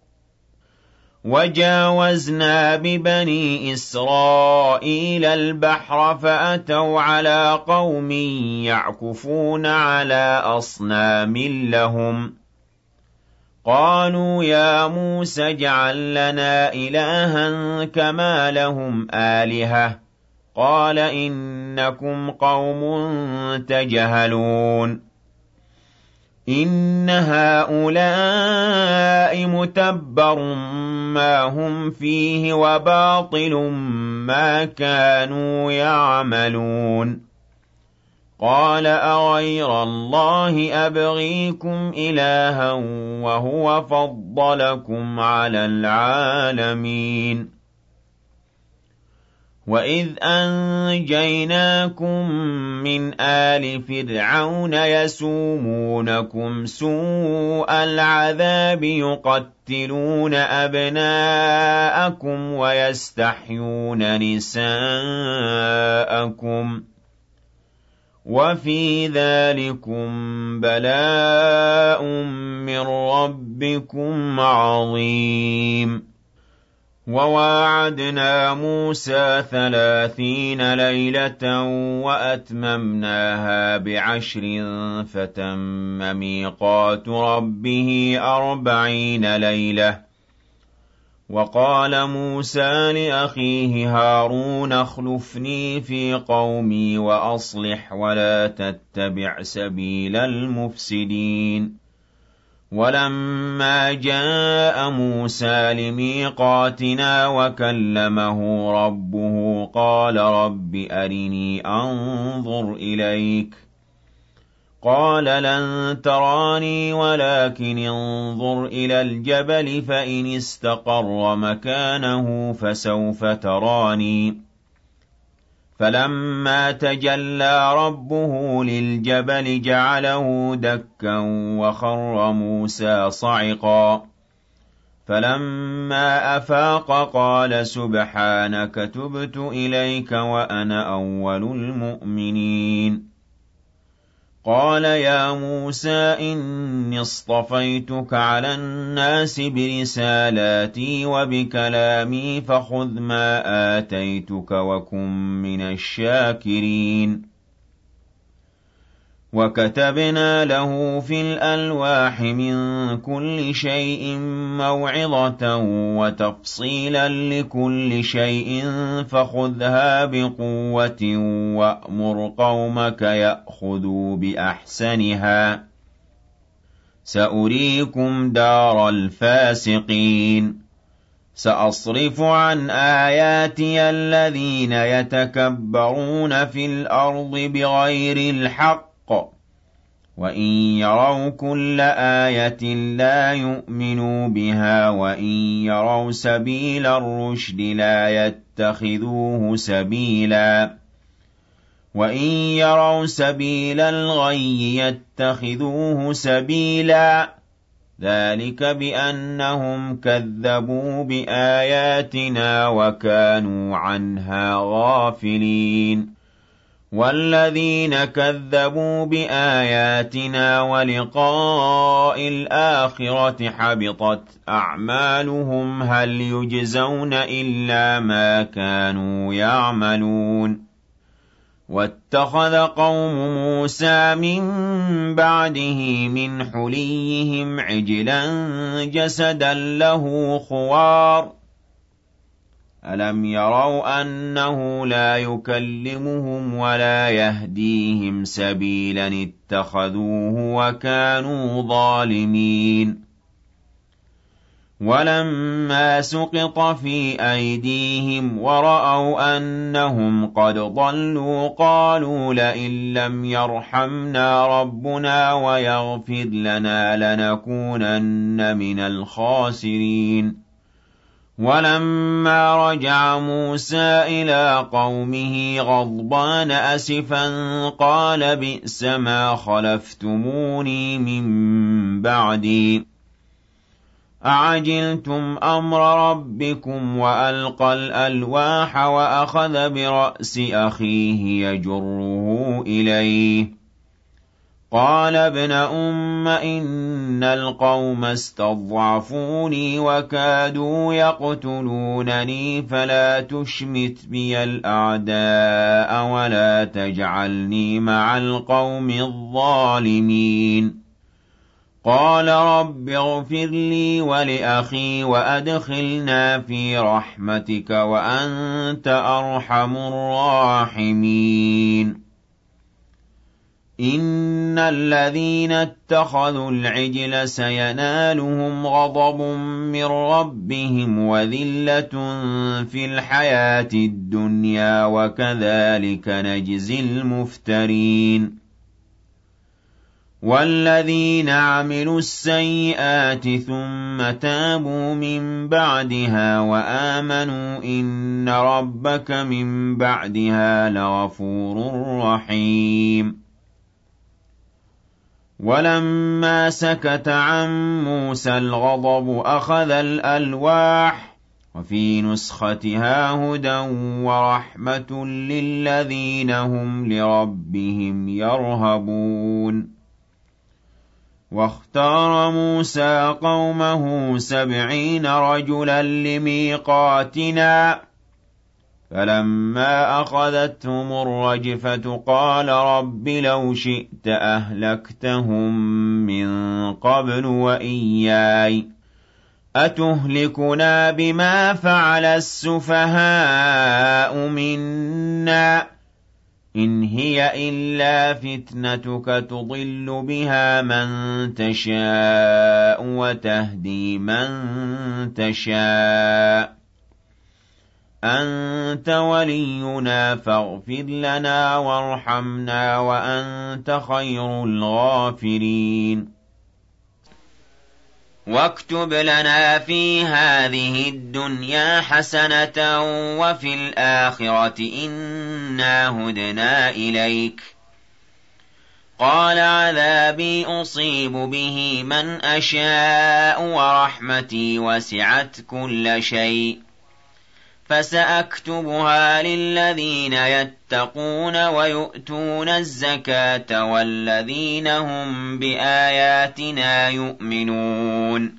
وَجَاوَزْنَا بِبَنِي إِسْرَائِيلَ الْبَحْرَ فَأَتَوْا عَلَىٰ قَوْمٍ يَعْكُفُونَ عَلَىٰ أَصْنَامٍ لَّهُمْ قَالُوا يَا مُوسَى اجْعَل لَّنَا إِلَٰهًا كَمَا لَهُمْ آلِهَةٌ قَالَ إِنَّكُمْ قَوْمٌ تَجْهَلُونَ إِنَّ هَٰؤُلَاءِ مُتَبَّرٌ مَّا هُمْ فِيهِ وَبَاطِلٌ مَّا كَانُوا يَعْمَلُونَ قَالَ أَغَيْرَ اللَّهِ أَبْغِيكُمْ إِلَٰهًا وَهُوَ فَضَّلَكُمْ عَلَى الْعَالَمِينَ وَإِذْ أَنجَيْنَاكُم مِّنْ آلِ فِرْعَوْنَ يَسُومُونَكُمْ سُوءَ الْعَذَابِ يُقَتِّلُونَ أَبْنَاءَكُمْ وَيَسْتَحْيُونَ نِسَاءَكُمْ ۚ وَفِي ذَٰلِكُم بَلَاءٌ مِّن رَّبِّكُمْ عَظِيمٌ وَوَاعَدْنَا مُوسَىٰ ثَلَاثِينَ لَيْلَةً وَأَتْمَمْنَاهَا بِعَشْرٍ فَتَمَّ مِيقَاتُ رَبِّهِ أَرْبَعِينَ لَيْلَةً وَقَالَ مُوسَىٰ لِأَخِيهِ هَارُونَ اخْلُفْنِي فِي قَوْمِي وَأَصْلِحْ وَلَا تَتَّبِعْ سَبِيلَ الْمُفْسِدِينَ وَلَمَّا جَاءَ مُوسَىٰ لِمِيقَاتِنَا وَكَلَّمَهُ رَبُّهُ قَالَ رَبِّ أَرِنِي أَنظُرْ إِلَيْكَ قَالَ لَن تَرَانِي وَلَٰكِنِ انظُرْ إِلَى الْجَبَلِ فَإِنِ اسْتَقَرَّ مَكَانَهُ فَسَوْفَ تَرَانِي فَلَمَّا تَجَلَّىٰ رَبُّهُ لِلْجَبَلِ جَعَلَهُ دَكًّا وَخَرَّ مُوسَىٰ صَعِقًا فَلَمَّا أَفَاقَ قَالَ سُبْحَانَكَ تُبْتُ إِلَيْكَ وَأَنَا أَوَّلُ الْمُؤْمِنِينَ قَالَ يَا مُوسَىٰ إِنِّي اصْطَفَيْتُكَ عَلَى النَّاسِ بِرِسَالَاتِي وَبِكَلَامِي فَخُذْ مَا آتَيْتُكَ وَكُن مِّنَ الشَّاكِرِينَ وَكَتَبْنَا لَهُ فِي الْأَلْوَاحِ مِن كُلِّ شَيْءٍ مَّوْعِظَةً وَتَفْصِيلًا لِّكُلِّ شَيْءٍ فَخُذْهَا بِقُوَّةٍ وَأْمُرْ قَوْمَكَ يَأْخُذُوا بِأَحْسَنِهَا ۚ سَأُرِيكُمْ دَارَ الْفَاسِقِينَ سَأَصْرِفُ عَنْ آيَاتِيَ الَّذِينَ يَتَكَبَّرُونَ فِي الْأَرْضِ بِغَيْرِ الْحَقِّ وَإِن يَرَوْا كُلَّ آيَةٍ لَّا يُؤْمِنُوا بِهَا وَإِن يَرَوْا سَبِيلَ الرُّشْدِ لَا يَتَّخِذُوهُ سَبِيلًا وَإِن يَرَوْا سَبِيلَ الْغَيِّ يَتَّخِذُوهُ سَبِيلًا ذلك بأنهم كذبوا بآياتنا وكانوا عنها غافلين والذين كذبوا بآياتنا ولقاء الآخرة حبطت أعمالهم هل يجزون إلا ما كانوا يعملون واتخذ قوم موسى من بعده من حليهم عجلا جسدا له خوار ألم يروا أنه لا يكلمهم ولا يهديهم سبيلا اتخذوه وكانوا ظالمين ولما سقط في أيديهم ورأوا أنهم قد ضلوا قالوا لئن لم يرحمنا ربنا ويغفر لنا لنكونن من الخاسرين ولما رجع موسى إلى قومه غضبان أسفا قال بئس ما خلفتموني من بعدي أعجلتم أمر ربكم وألقى الألواح وأخذ برأس أخيه يجره إليه قال ابن أم إن القوم استضعفوني وكادوا يقتلونني فلا تشمت بي الأعداء ولا تجعلني مع القوم الظالمين قال رب اغفر لي ولأخي وأدخلنا في رحمتك وأنت أرحم الراحمين إن الذين اتخذوا العجل سينالهم غضب من ربهم وذلة في الحياة الدنيا وكذلك نجزي المفترين والذين عملوا السيئات ثم تابوا من بعدها وآمنوا إن ربك من بعدها لغفور رحيم ولما سكت عن موسى الغضب أخذ الألواح وفي نسختها هدى ورحمة للذين هم لربهم يرهبون واختار موسى قومه سبعين رجلا لميقاتنا فلما أخذتهم الرجفة قال رب لو شئت أهلكتهم من قبل وإياي أتهلكنا بما فعل السفهاء منا إن هي إلا فتنتك تضل بها من تشاء وتهدي من تشاء أنت ولينا فاغفر لنا وارحمنا وأنت خير الغافرين واكتب لنا في هذه الدنيا حسنة وفي الآخرة إنا هدنا إليك قال عذابي أصيب به من أشاء ورحمتي وسعت كل شيء فسأكتبها للذين يتقون ويؤتون الزكاة والذين هم بآياتنا يؤمنون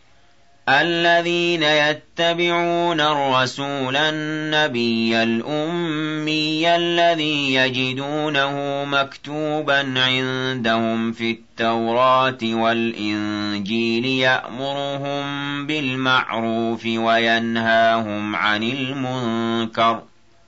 الذين يتبعون الرسول النبي الأمي الذي يجدونه مكتوبا عندهم في التوراة والإنجيل يأمرهم بالمعروف وينهاهم عن المنكر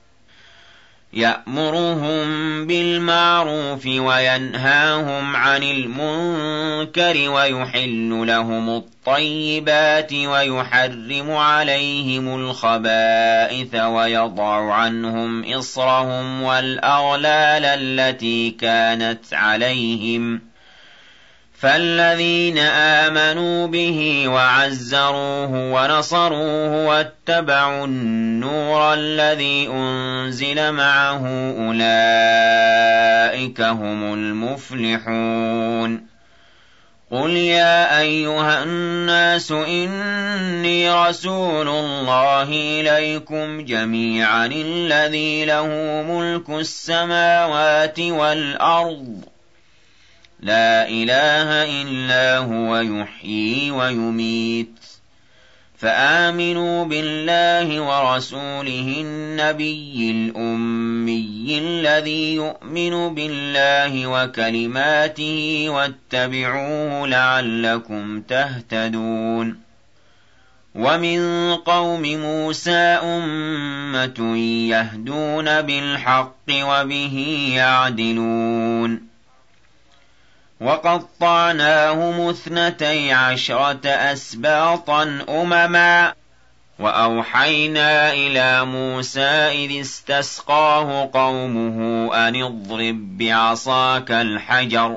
يأمرهم بالمعروف وينهاهم عن المنكر ويحل لهم الطيبات ويحرم عليهم الخبائث ويضع عنهم إصرهم والأغلال التي كانت عليهم فالذين آمنوا به وعزروه ونصروه واتبعوا النور الذي أنزل معه أولئك هم المفلحون قُلْ يَا أَيُّهَا النَّاسُ إِنِّي رَسُولُ اللَّهِ إِلَيْكُمْ جَمِيعًا الَّذِي لَهُ مُلْكُ السَّمَاوَاتِ وَالْأَرْضِ لَا إِلَٰهَ إِلَّا هُوَ يُحْيِي وَيُمِيتُ فَآمِنُوا بِاللَّهِ وَرَسُولِهِ النَّبِيِّ الْأُمِّيِّ الَّذِي يُؤْمِنُ بِاللَّهِ وَكَلِمَاتِهِ وَاتَّبِعُوهُ لَعَلَّكُمْ تَهْتَدُونَ وَمِن قَوْمِ مُوسَىٰ أُمَّةٌ يَهْدُونَ بِالْحَقِّ وَبِهِ يَعْدِلُونَ وَقَطَّعْنَاهُمُ اثْنَتَيْ عَشْرَةَ أَسْبَاطًا أُمَمًا وَأَوْحَيْنَا إِلَىٰ مُوسَىٰ إِذِ اسْتَسْقَاهُ قَوْمُهُ أَنِ اضْرِب بِّعَصَاكَ الْحَجَرَ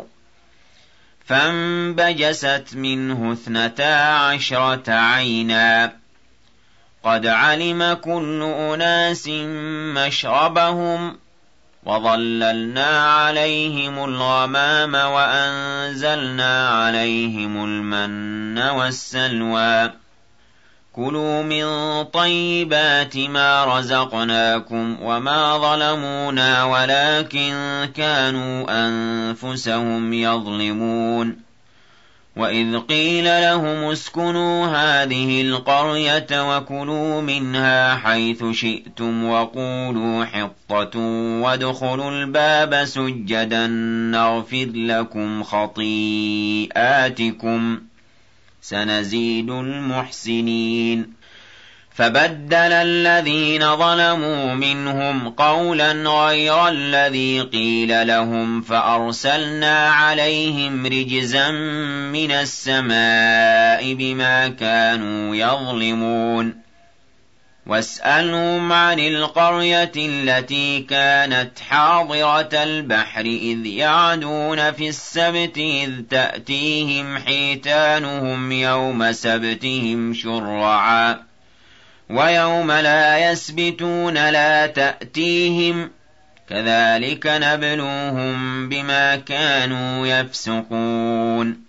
فَانبَجَسَتْ مِنْهُ اثْنَتَا عَشْرَةَ عَيْنًا قَدْ عَلِمَ كُلُّ أُنَاسٍ مَّشْرَبَهُمْ وَظَلَّلْنَا عَلَيْهِمُ الْغَمَامَ وَأَنزَلْنَا عَلَيْهِمُ الْمَنَّ وَالسَّلْوَىٰ كُلُوا مِن طَيِّبَاتِ مَا رَزَقْنَاكُمْ وَمَا ظَلَمُونَا وَلَٰكِن كَانُوا أَنفُسَهُمْ يَظْلِمُونَ وَإِذْ قِيلَ لَهُمُ اسْكُنُوا هَٰذِهِ الْقَرْيَةَ وَكُلُوا مِنْهَا حَيْثُ شِئْتُمْ وَقُولُوا حِطَّةٌ وَادْخُلُوا الْبَابَ سُجَّدًا نَّغْفِرْ لَكُمْ خَطِيئَاتِكُمْ سَنَزِيدُ الْمُحْسِنِينَ فَبَدَّلَ الَّذِينَ ظَلَمُوا مِنْهُمْ قَوْلًا غَيْرَ الَّذِي قِيلَ لَهُمْ فَأَرْسَلْنَا عَلَيْهِمْ رِجْزًا مِّنَ السَّمَاءِ بِمَا كَانُوا يَظْلِمُونَ وَاسْأَلْهُمْ عَنِ الْقَرْيَةِ الَّتِي كَانَتْ حَاضِرَةَ الْبَحْرِ إِذْ يَعْدُونَ فِي السَّبْتِ إِذْ تَأْتِيهِمْ حِيتَانُهُمْ يَوْمَ سَبْتِهِمْ شُرَّعًا وَيَوْمَ لَا يَسْبِتُونَ لَا تَأْتِيهِمْ كَذَٰلِكَ نَبْلُوهُم بِمَا كَانُوا يَفْسُقُونَ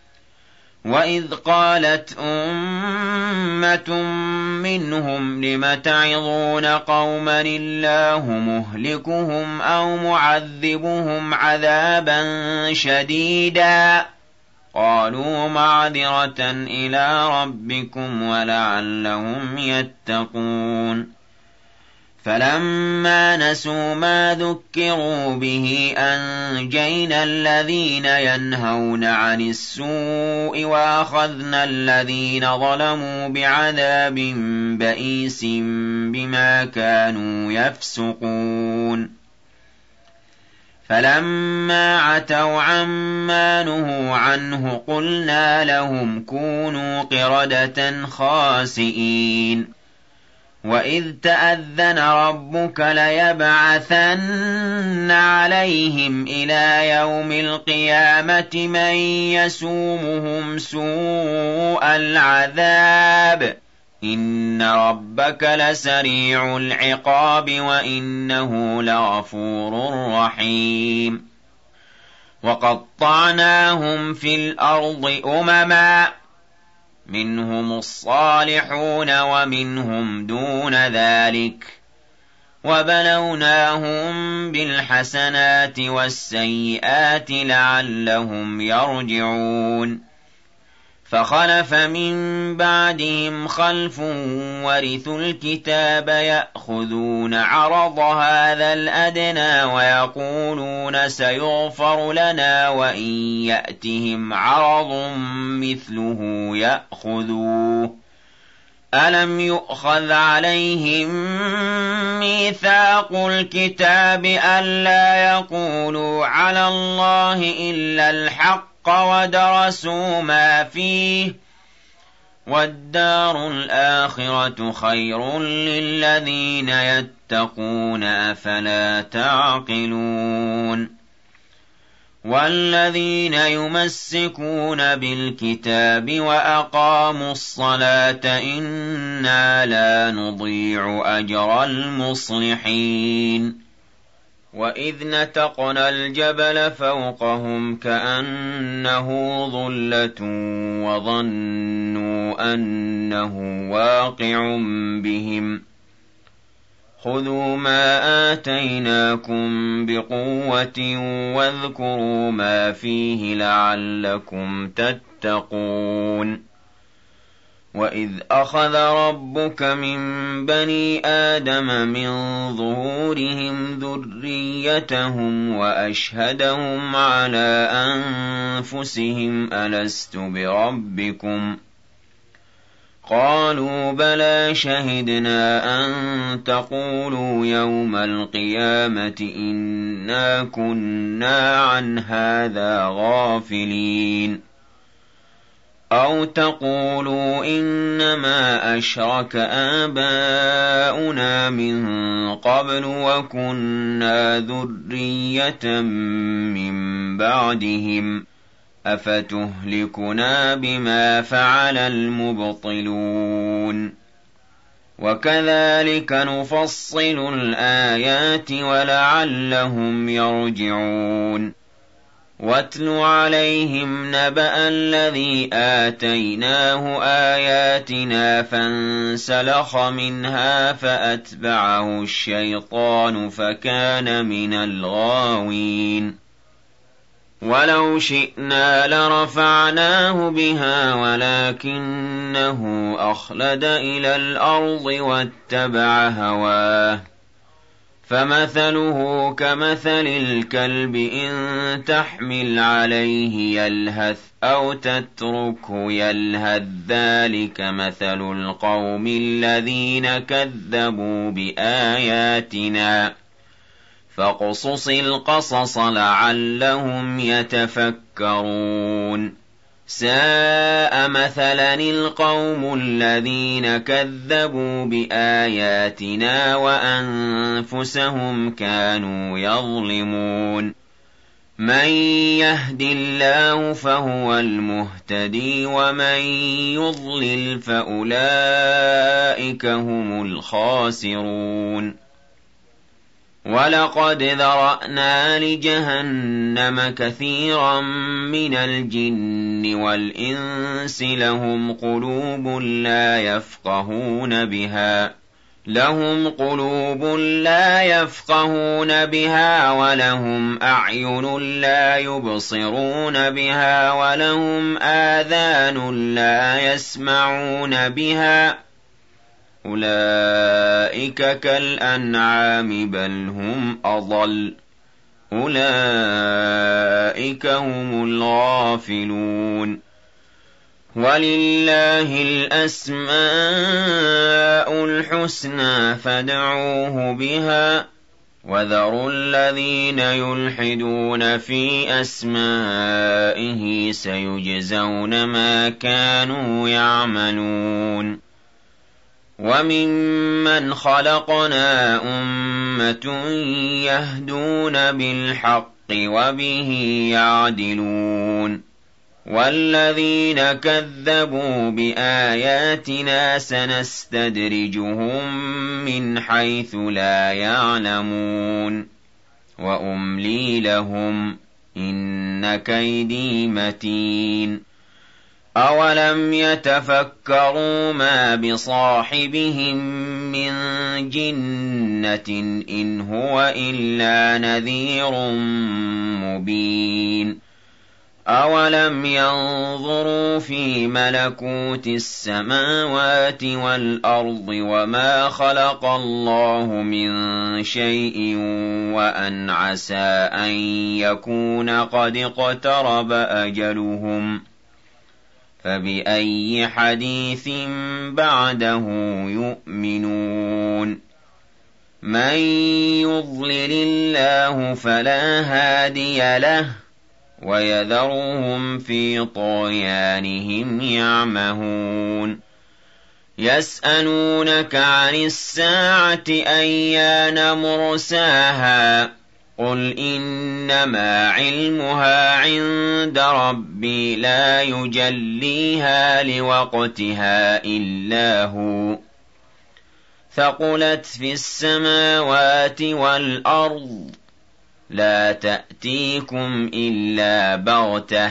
وَإِذْ قَالَتْ أُمَّةٌ مِّنْهُمْ لِمَ تَعِظُونَ قَوْمًا اللَّهُ مُهْلِكُهُمْ أَوْ مُعَذِّبُهُمْ عَذَابًا شَدِيدًا قَالُوا مَعْذِرَةً إِلَىٰ رَبِّكُمْ وَلَعَلَّهُمْ يَتَّقُونَ فَلَمَّا نَسُوا مَا ذُكِّرُوا بِهِ أَنجَيْنَا الَّذِينَ يَنْهَوْنَ عَنِ السُّوءِ وَأَخَذْنَا الَّذِينَ ظَلَمُوا بِعَذَابٍ بَئِيسٍ بِمَا كَانُوا يَفْسُقُونَ فَلَمَّا عَتَوْا عَمَّا نُهُوا عَنْهُ قُلْنَا لَهُمْ كُونُوا قِرَدَةً خَاسِئِينَ وَإِذْ تَأَذَّنَ رَبُّكَ لَيَبْعَثَنَّ عَلَيْهِمْ إِلَىٰ يَوْمِ الْقِيَامَةِ مَن يَسُومُهُمْ سُوءَ الْعَذَابِ إِنَّ رَبَّكَ لَسَرِيعُ الْعِقَابِ وَإِنَّهُ لَغَفُورٌ رَّحِيمٌ وَقَطَّعْنَاهُمْ فِي الْأَرْضِ أُمَمًا مِّنْهُمُ الصَّالِحُونَ وَمِنْهُمْ دُونَ ذَٰلِكَ وَبَلَوْنَاهُم بِالْحَسَنَاتِ وَالسَّيِّئَاتِ لَعَلَّهُمْ يَرْجِعُونَ فَخَلَفَ مِن بَعْدِهِمْ خَلْفٌ وَرِثُوا الْكِتَابَ يَأْخُذُونَ عَرَضَ هَٰذَا الْأَدْنَىٰ وَيَقُولُونَ سَيُغْفَرُ لَنَا وَإِن يَأْتِهِمْ عَرَضٌ مِّثْلُهُ يَأْخُذُوهُ أَلَمْ يُؤْخَذْ عَلَيْهِم مِّيثَاقُ الْكِتَابِ أَلَّا يَقُولُوا عَلَى اللَّهِ إِلَّا الْحَقَّ وَدَرَسُوا مَا فِيهِ وَالدَّارُ الْآخِرَةُ خَيْرٌ لِّلَّذِينَ يَتَّقُونَ أَفَلَا تَعْقِلُونَ وَالَّذِينَ يُمَسِّكُونَ بِالْكِتَابِ وَأَقَامُوا الصَّلَاةَ إِنَّا لَا نُضِيعُ أَجْرَ الْمُصْلِحِينَ وَإِذْ نَتَقْنَا الْجَبَلَ فَوْقَهُمْ كَأَنَّهُ ظُلَّةٌ وَظَنُّوا أَنَّهُ وَاقِعٌ بِهِمْ خُذُوا مَا آتَيْنَاكُمْ بِقُوَّةٍ وَاذْكُرُوا مَا فِيهِ لَعَلَّكُمْ تَتَّقُونَ وَإِذْ أَخَذَ رَبُّكَ مِن بَنِي آدَمَ مِن ظُهُورِهِمْ ذُرِّيَّتَهُمْ وَأَشْهَدَهُمْ عَلَىٰ أَنفُسِهِمْ أَلَسْتُ بِرَبِّكُمْ ۖ قَالُوا بَلَىٰ شَهِدْنَا أَن تَقُولُوا يَوْمَ الْقِيَامَةِ إِنَّا كُنَّا عَنْ هَٰذَا غَافِلِينَ أَوْ تَقُولُوا إِنَّمَا أَشْرَكَ آبَاؤُنَا مِن قَبْلُ وَكُنَّا ذُرِّيَّةً مِّن بَعْدِهِمْ ۖ أَفَتُهْلِكُنَا بِمَا فَعَلَ الْمُبْطِلُونَ وَكَذَٰلِكَ نُفَصِّلُ الْآيَاتِ وَلَعَلَّهُمْ يَرْجِعُونَ وَاتْلُ عَلَيْهِمْ نَبَأَ الَّذِي آتَيْنَاهُ آيَاتِنَا فَانسَلَخَ مِنْهَا فَأَتْبَعَهُ الشَّيْطَانُ فَكَانَ مِنَ الْغَاوِينَ وَلَوْ شِئْنَا لَرَفَعْنَاهُ بِهَا وَلَٰكِنَّهُ أَخْلَدَ إِلَى الْأَرْضِ وَاتَّبَعَ هَوَاهُ فَمَثَلُهُ كَمَثَلِ الْكَلْبِ إِن تَحْمِلْ عَلَيْهِ يَلْهَثْ أَوْ تَتْرُكْهُ يَلْهَث ۚ ذَٰلِكَ مَثَلُ الْقَوْمِ الَّذِينَ كَذَّبُوا بِآيَاتِنَا ۚ فَاقْصُصِ الْقَصَصَ لَعَلَّهُمْ يَتَفَكَّرُونَ سَاءَ مَثَلًا الْقَوْمُ الَّذِينَ كَذَّبُوا بِآيَاتِنَا وَأَنفُسَهُمْ كَانُوا يَظْلِمُونَ مَن يَهْدِ اللَّهُ فَهُوَ الْمُهْتَدِي وَمَن يُضْلِلْ فَأُولَٰئِكَ هُمُ الْخَاسِرُونَ وَلَقَدْ ذَرَأْنَا لِجَهَنَّمَ كَثِيرًا مِّنَ الْجِنِّ وَالْإِنسِ لَهُمْ قُلُوبٌ لَّا يَفْقَهُونَ بِهَا لَهُمْ قُلُوبٌ لَّا يَفْقَهُونَ بِهَا وَلَهُمْ أَعْيُنٌ لَّا يُبْصِرُونَ بِهَا وَلَهُمْ آذَانٌ لَّا يَسْمَعُونَ بِهَا أُولَٰئِكَ كَالْأَنْعَامِ بَلْ هُمْ أَضَلُّ أُولَٰئِكَ هُمُ الْغَافِلُونَ وَلِلَّهِ الْأَسْمَاءُ الْحُسْنَىٰ فَادْعُوهُ بِهَا ۖ وَذَرُوا الَّذِينَ يُلْحِدُونَ فِي أَسْمَائِهِ ۖ سَيُجْزَوْنَ مَا كَانُوا يَعْمَلُونَ وَمِمَّنْ خَلَقْنَا أُمَّةٌ يَهْدُونَ بِالْحَقِّ وَبِهِ يَعْدِلُونَ وَالَّذِينَ كَذَّبُوا بِآيَاتِنَا سَنَسْتَدْرِجُهُم مِّنْ حَيْثُ لَا يَعْلَمُونَ وَأُمْلِي لَهُمْ إِنَّ كَيْدِي مَتِينٌ أَوَلَمْ يَتَفَكَّرُوا مَا بِصَاحِبِهِم مِّن جِنَّةٍ إِنْ هُوَ إِلَّا نَذِيرٌ مُّبِينٌ أَوَلَمْ يَنظُرُوا فِي مَلَكُوتِ السَّمَاوَاتِ وَالْأَرْضِ وَمَا خَلَقَ اللَّهُ مِن شَيْءٍ وَأَنْ عَسَىٰ أَن يَكُونَ قَدِ اقْتَرَبَ أَجَلُهُمْ فَبِأَيِّ حَدِيثٍ بَعْدَهُ يُؤْمِنُونَ مَن يُضْلِلِ اللَّهُ فَلَا هَادِيَ لَهُ وَيَذَرُهُمْ فِي طُغْيَانِهِمْ يَعْمَهُونَ يَسْأَلُونَكَ عَنِ السَّاعَةِ أَيَّانَ مُرْسَاهَا قُلْ إِنَّمَا عِلْمُهَا عِندَ رَبِّي لَا يُجَلِّيهَا لِوَقْتِهَا إِلَّا هُوَ ثَقُلَتْ فِي السَّمَاوَاتِ وَالْأَرْضِ لا تأتيكم إلا بغتة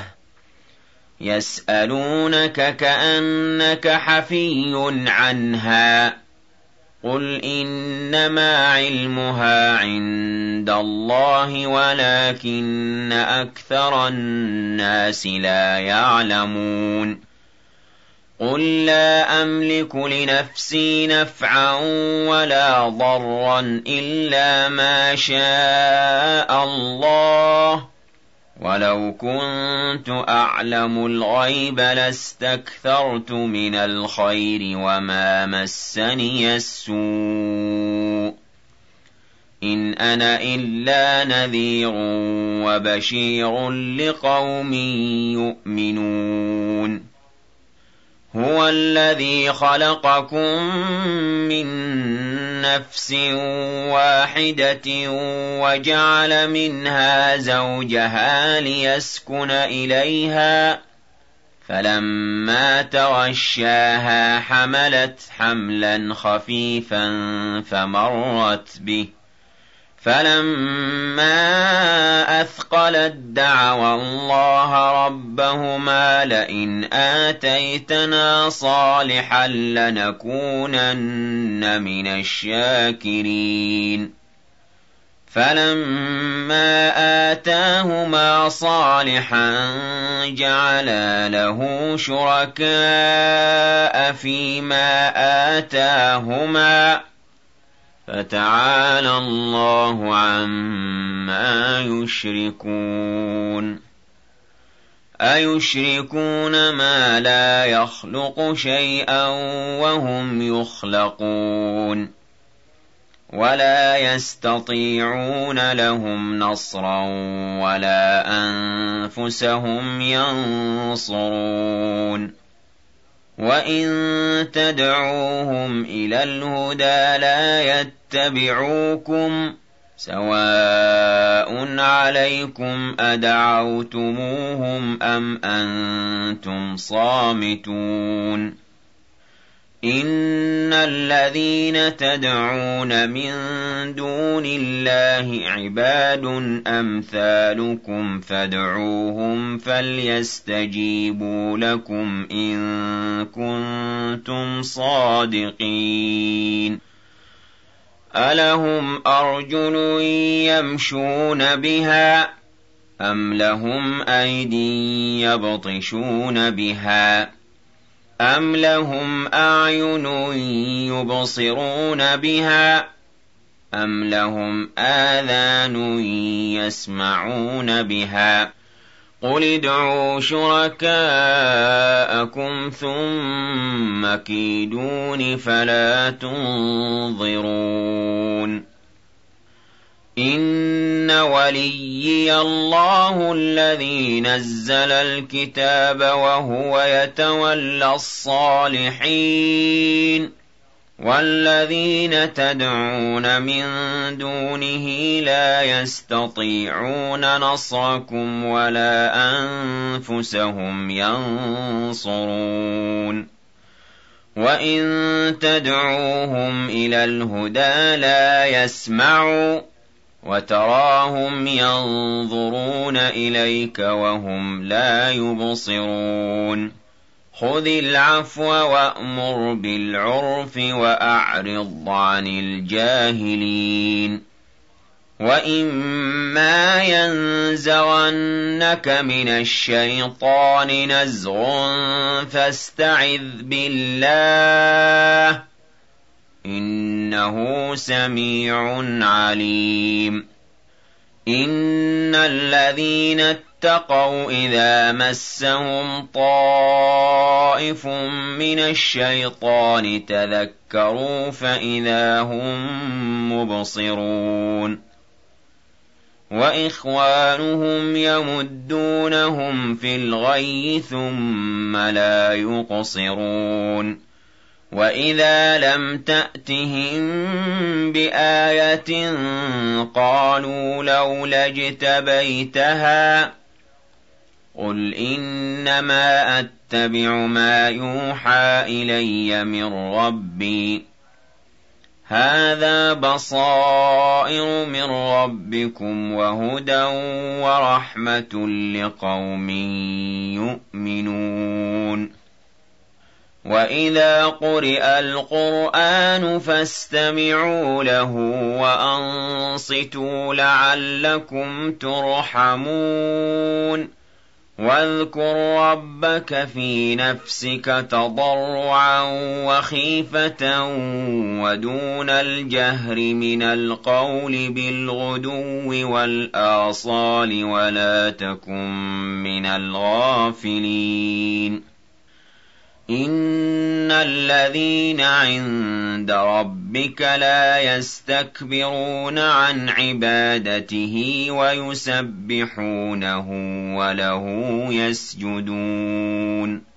يسألونك كأنك حفي عنها قل إنما علمها عند الله ولكن أكثر الناس لا يعلمون قل لا أملك لنفسي نفعا ولا ضرا إلا ما شاء الله ولو كنت أعلم الغيب لاستكثرت من الخير وما مسني السوء إن أنا إلا نذير وبشير لقوم يؤمنون هو الذي خلقكم من نفس واحدة وجعل منها زوجها ليسكن إليها فلما تغشاها حملت حملا خفيفا فمرت به فلما أثقلت دعوا الله ربهما لئن آتيتنا صالحا لنكونن من الشاكرين فلما آتاهما صالحا جعلا له شركاء فيما آتاهما فتعالى الله عما يشركون أيشركون ما لا يخلق شيئا وهم يخلقون ولا يستطيعون لهم نصرا ولا أنفسهم ينصرون وإن تدعوهم إلى الهدى لا يتبعوكم سواء عليكم أدعوتموهم أم أنتم صامتون إن الذين تدعون من دون الله عباد أمثالكم فادعوهم فليستجيبوا لكم إن كنتم صادقين ألهم أرجل يمشون بها أم لهم أيدي يبطشون بها أم لهم أعين يبصرون بها أم لهم آذان يسمعون بها قل ادعوا شركاءكم ثم كيدون فلا تنظرون إن وليي الله الذي نزل الكتاب وهو يتولى الصالحين والذين تدعون من دونه لا يستطيعون نصركم ولا أنفسهم ينصرون وإن تدعوهم إلى الهدى لا يسمعوا وتراهم ينظرون إليك وهم لا يبصرون خذ العفو وأمر بالعرف وأعرض عن الجاهلين وإما ينزغنك من الشيطان نزغ فاستعذ بالله إنه سميع عليم إن الذين اتقوا إذا مسهم طائف من الشيطان تذكروا فإذا هم مبصرون وإخوانهم يمدونهم في الغي ثم لا يقصرون وإذا لم تأتهم بآية قالوا لولا اجتبيتها قل إنما أتبع ما يوحى إلي من ربي هَٰذَا بَصَائِرُ مِن رَّبِّكُمْ وَهُدًى وَرَحْمَةٌ لِّقَوْمٍ يُؤْمِنُونَ وَإِذَا قُرِئَ الْقُرْآنُ فَاسْتَمِعُوا لَهُ وَأَنصِتُوا لَعَلَّكُمْ تُرْحَمُونَ وَاذْكُر رَّبَّكَ فِي نَفْسِكَ تَضَرُّعًا وَخِيفَةً وَدُونَ الْجَهْرِ مِنَ الْقَوْلِ بِالْغُدُوِّ وَالْآصَالِ وَلَا تَكُن مِّنَ الْغَافِلِينَ إِنَّ الَّذِينَ عِندَ رَبِّكَ لَا يَسْتَكْبِرُونَ عَنْ عِبَادَتِهِ وَيُسَبِّحُونَهُ وَلَهُ يَسْجُدُونَ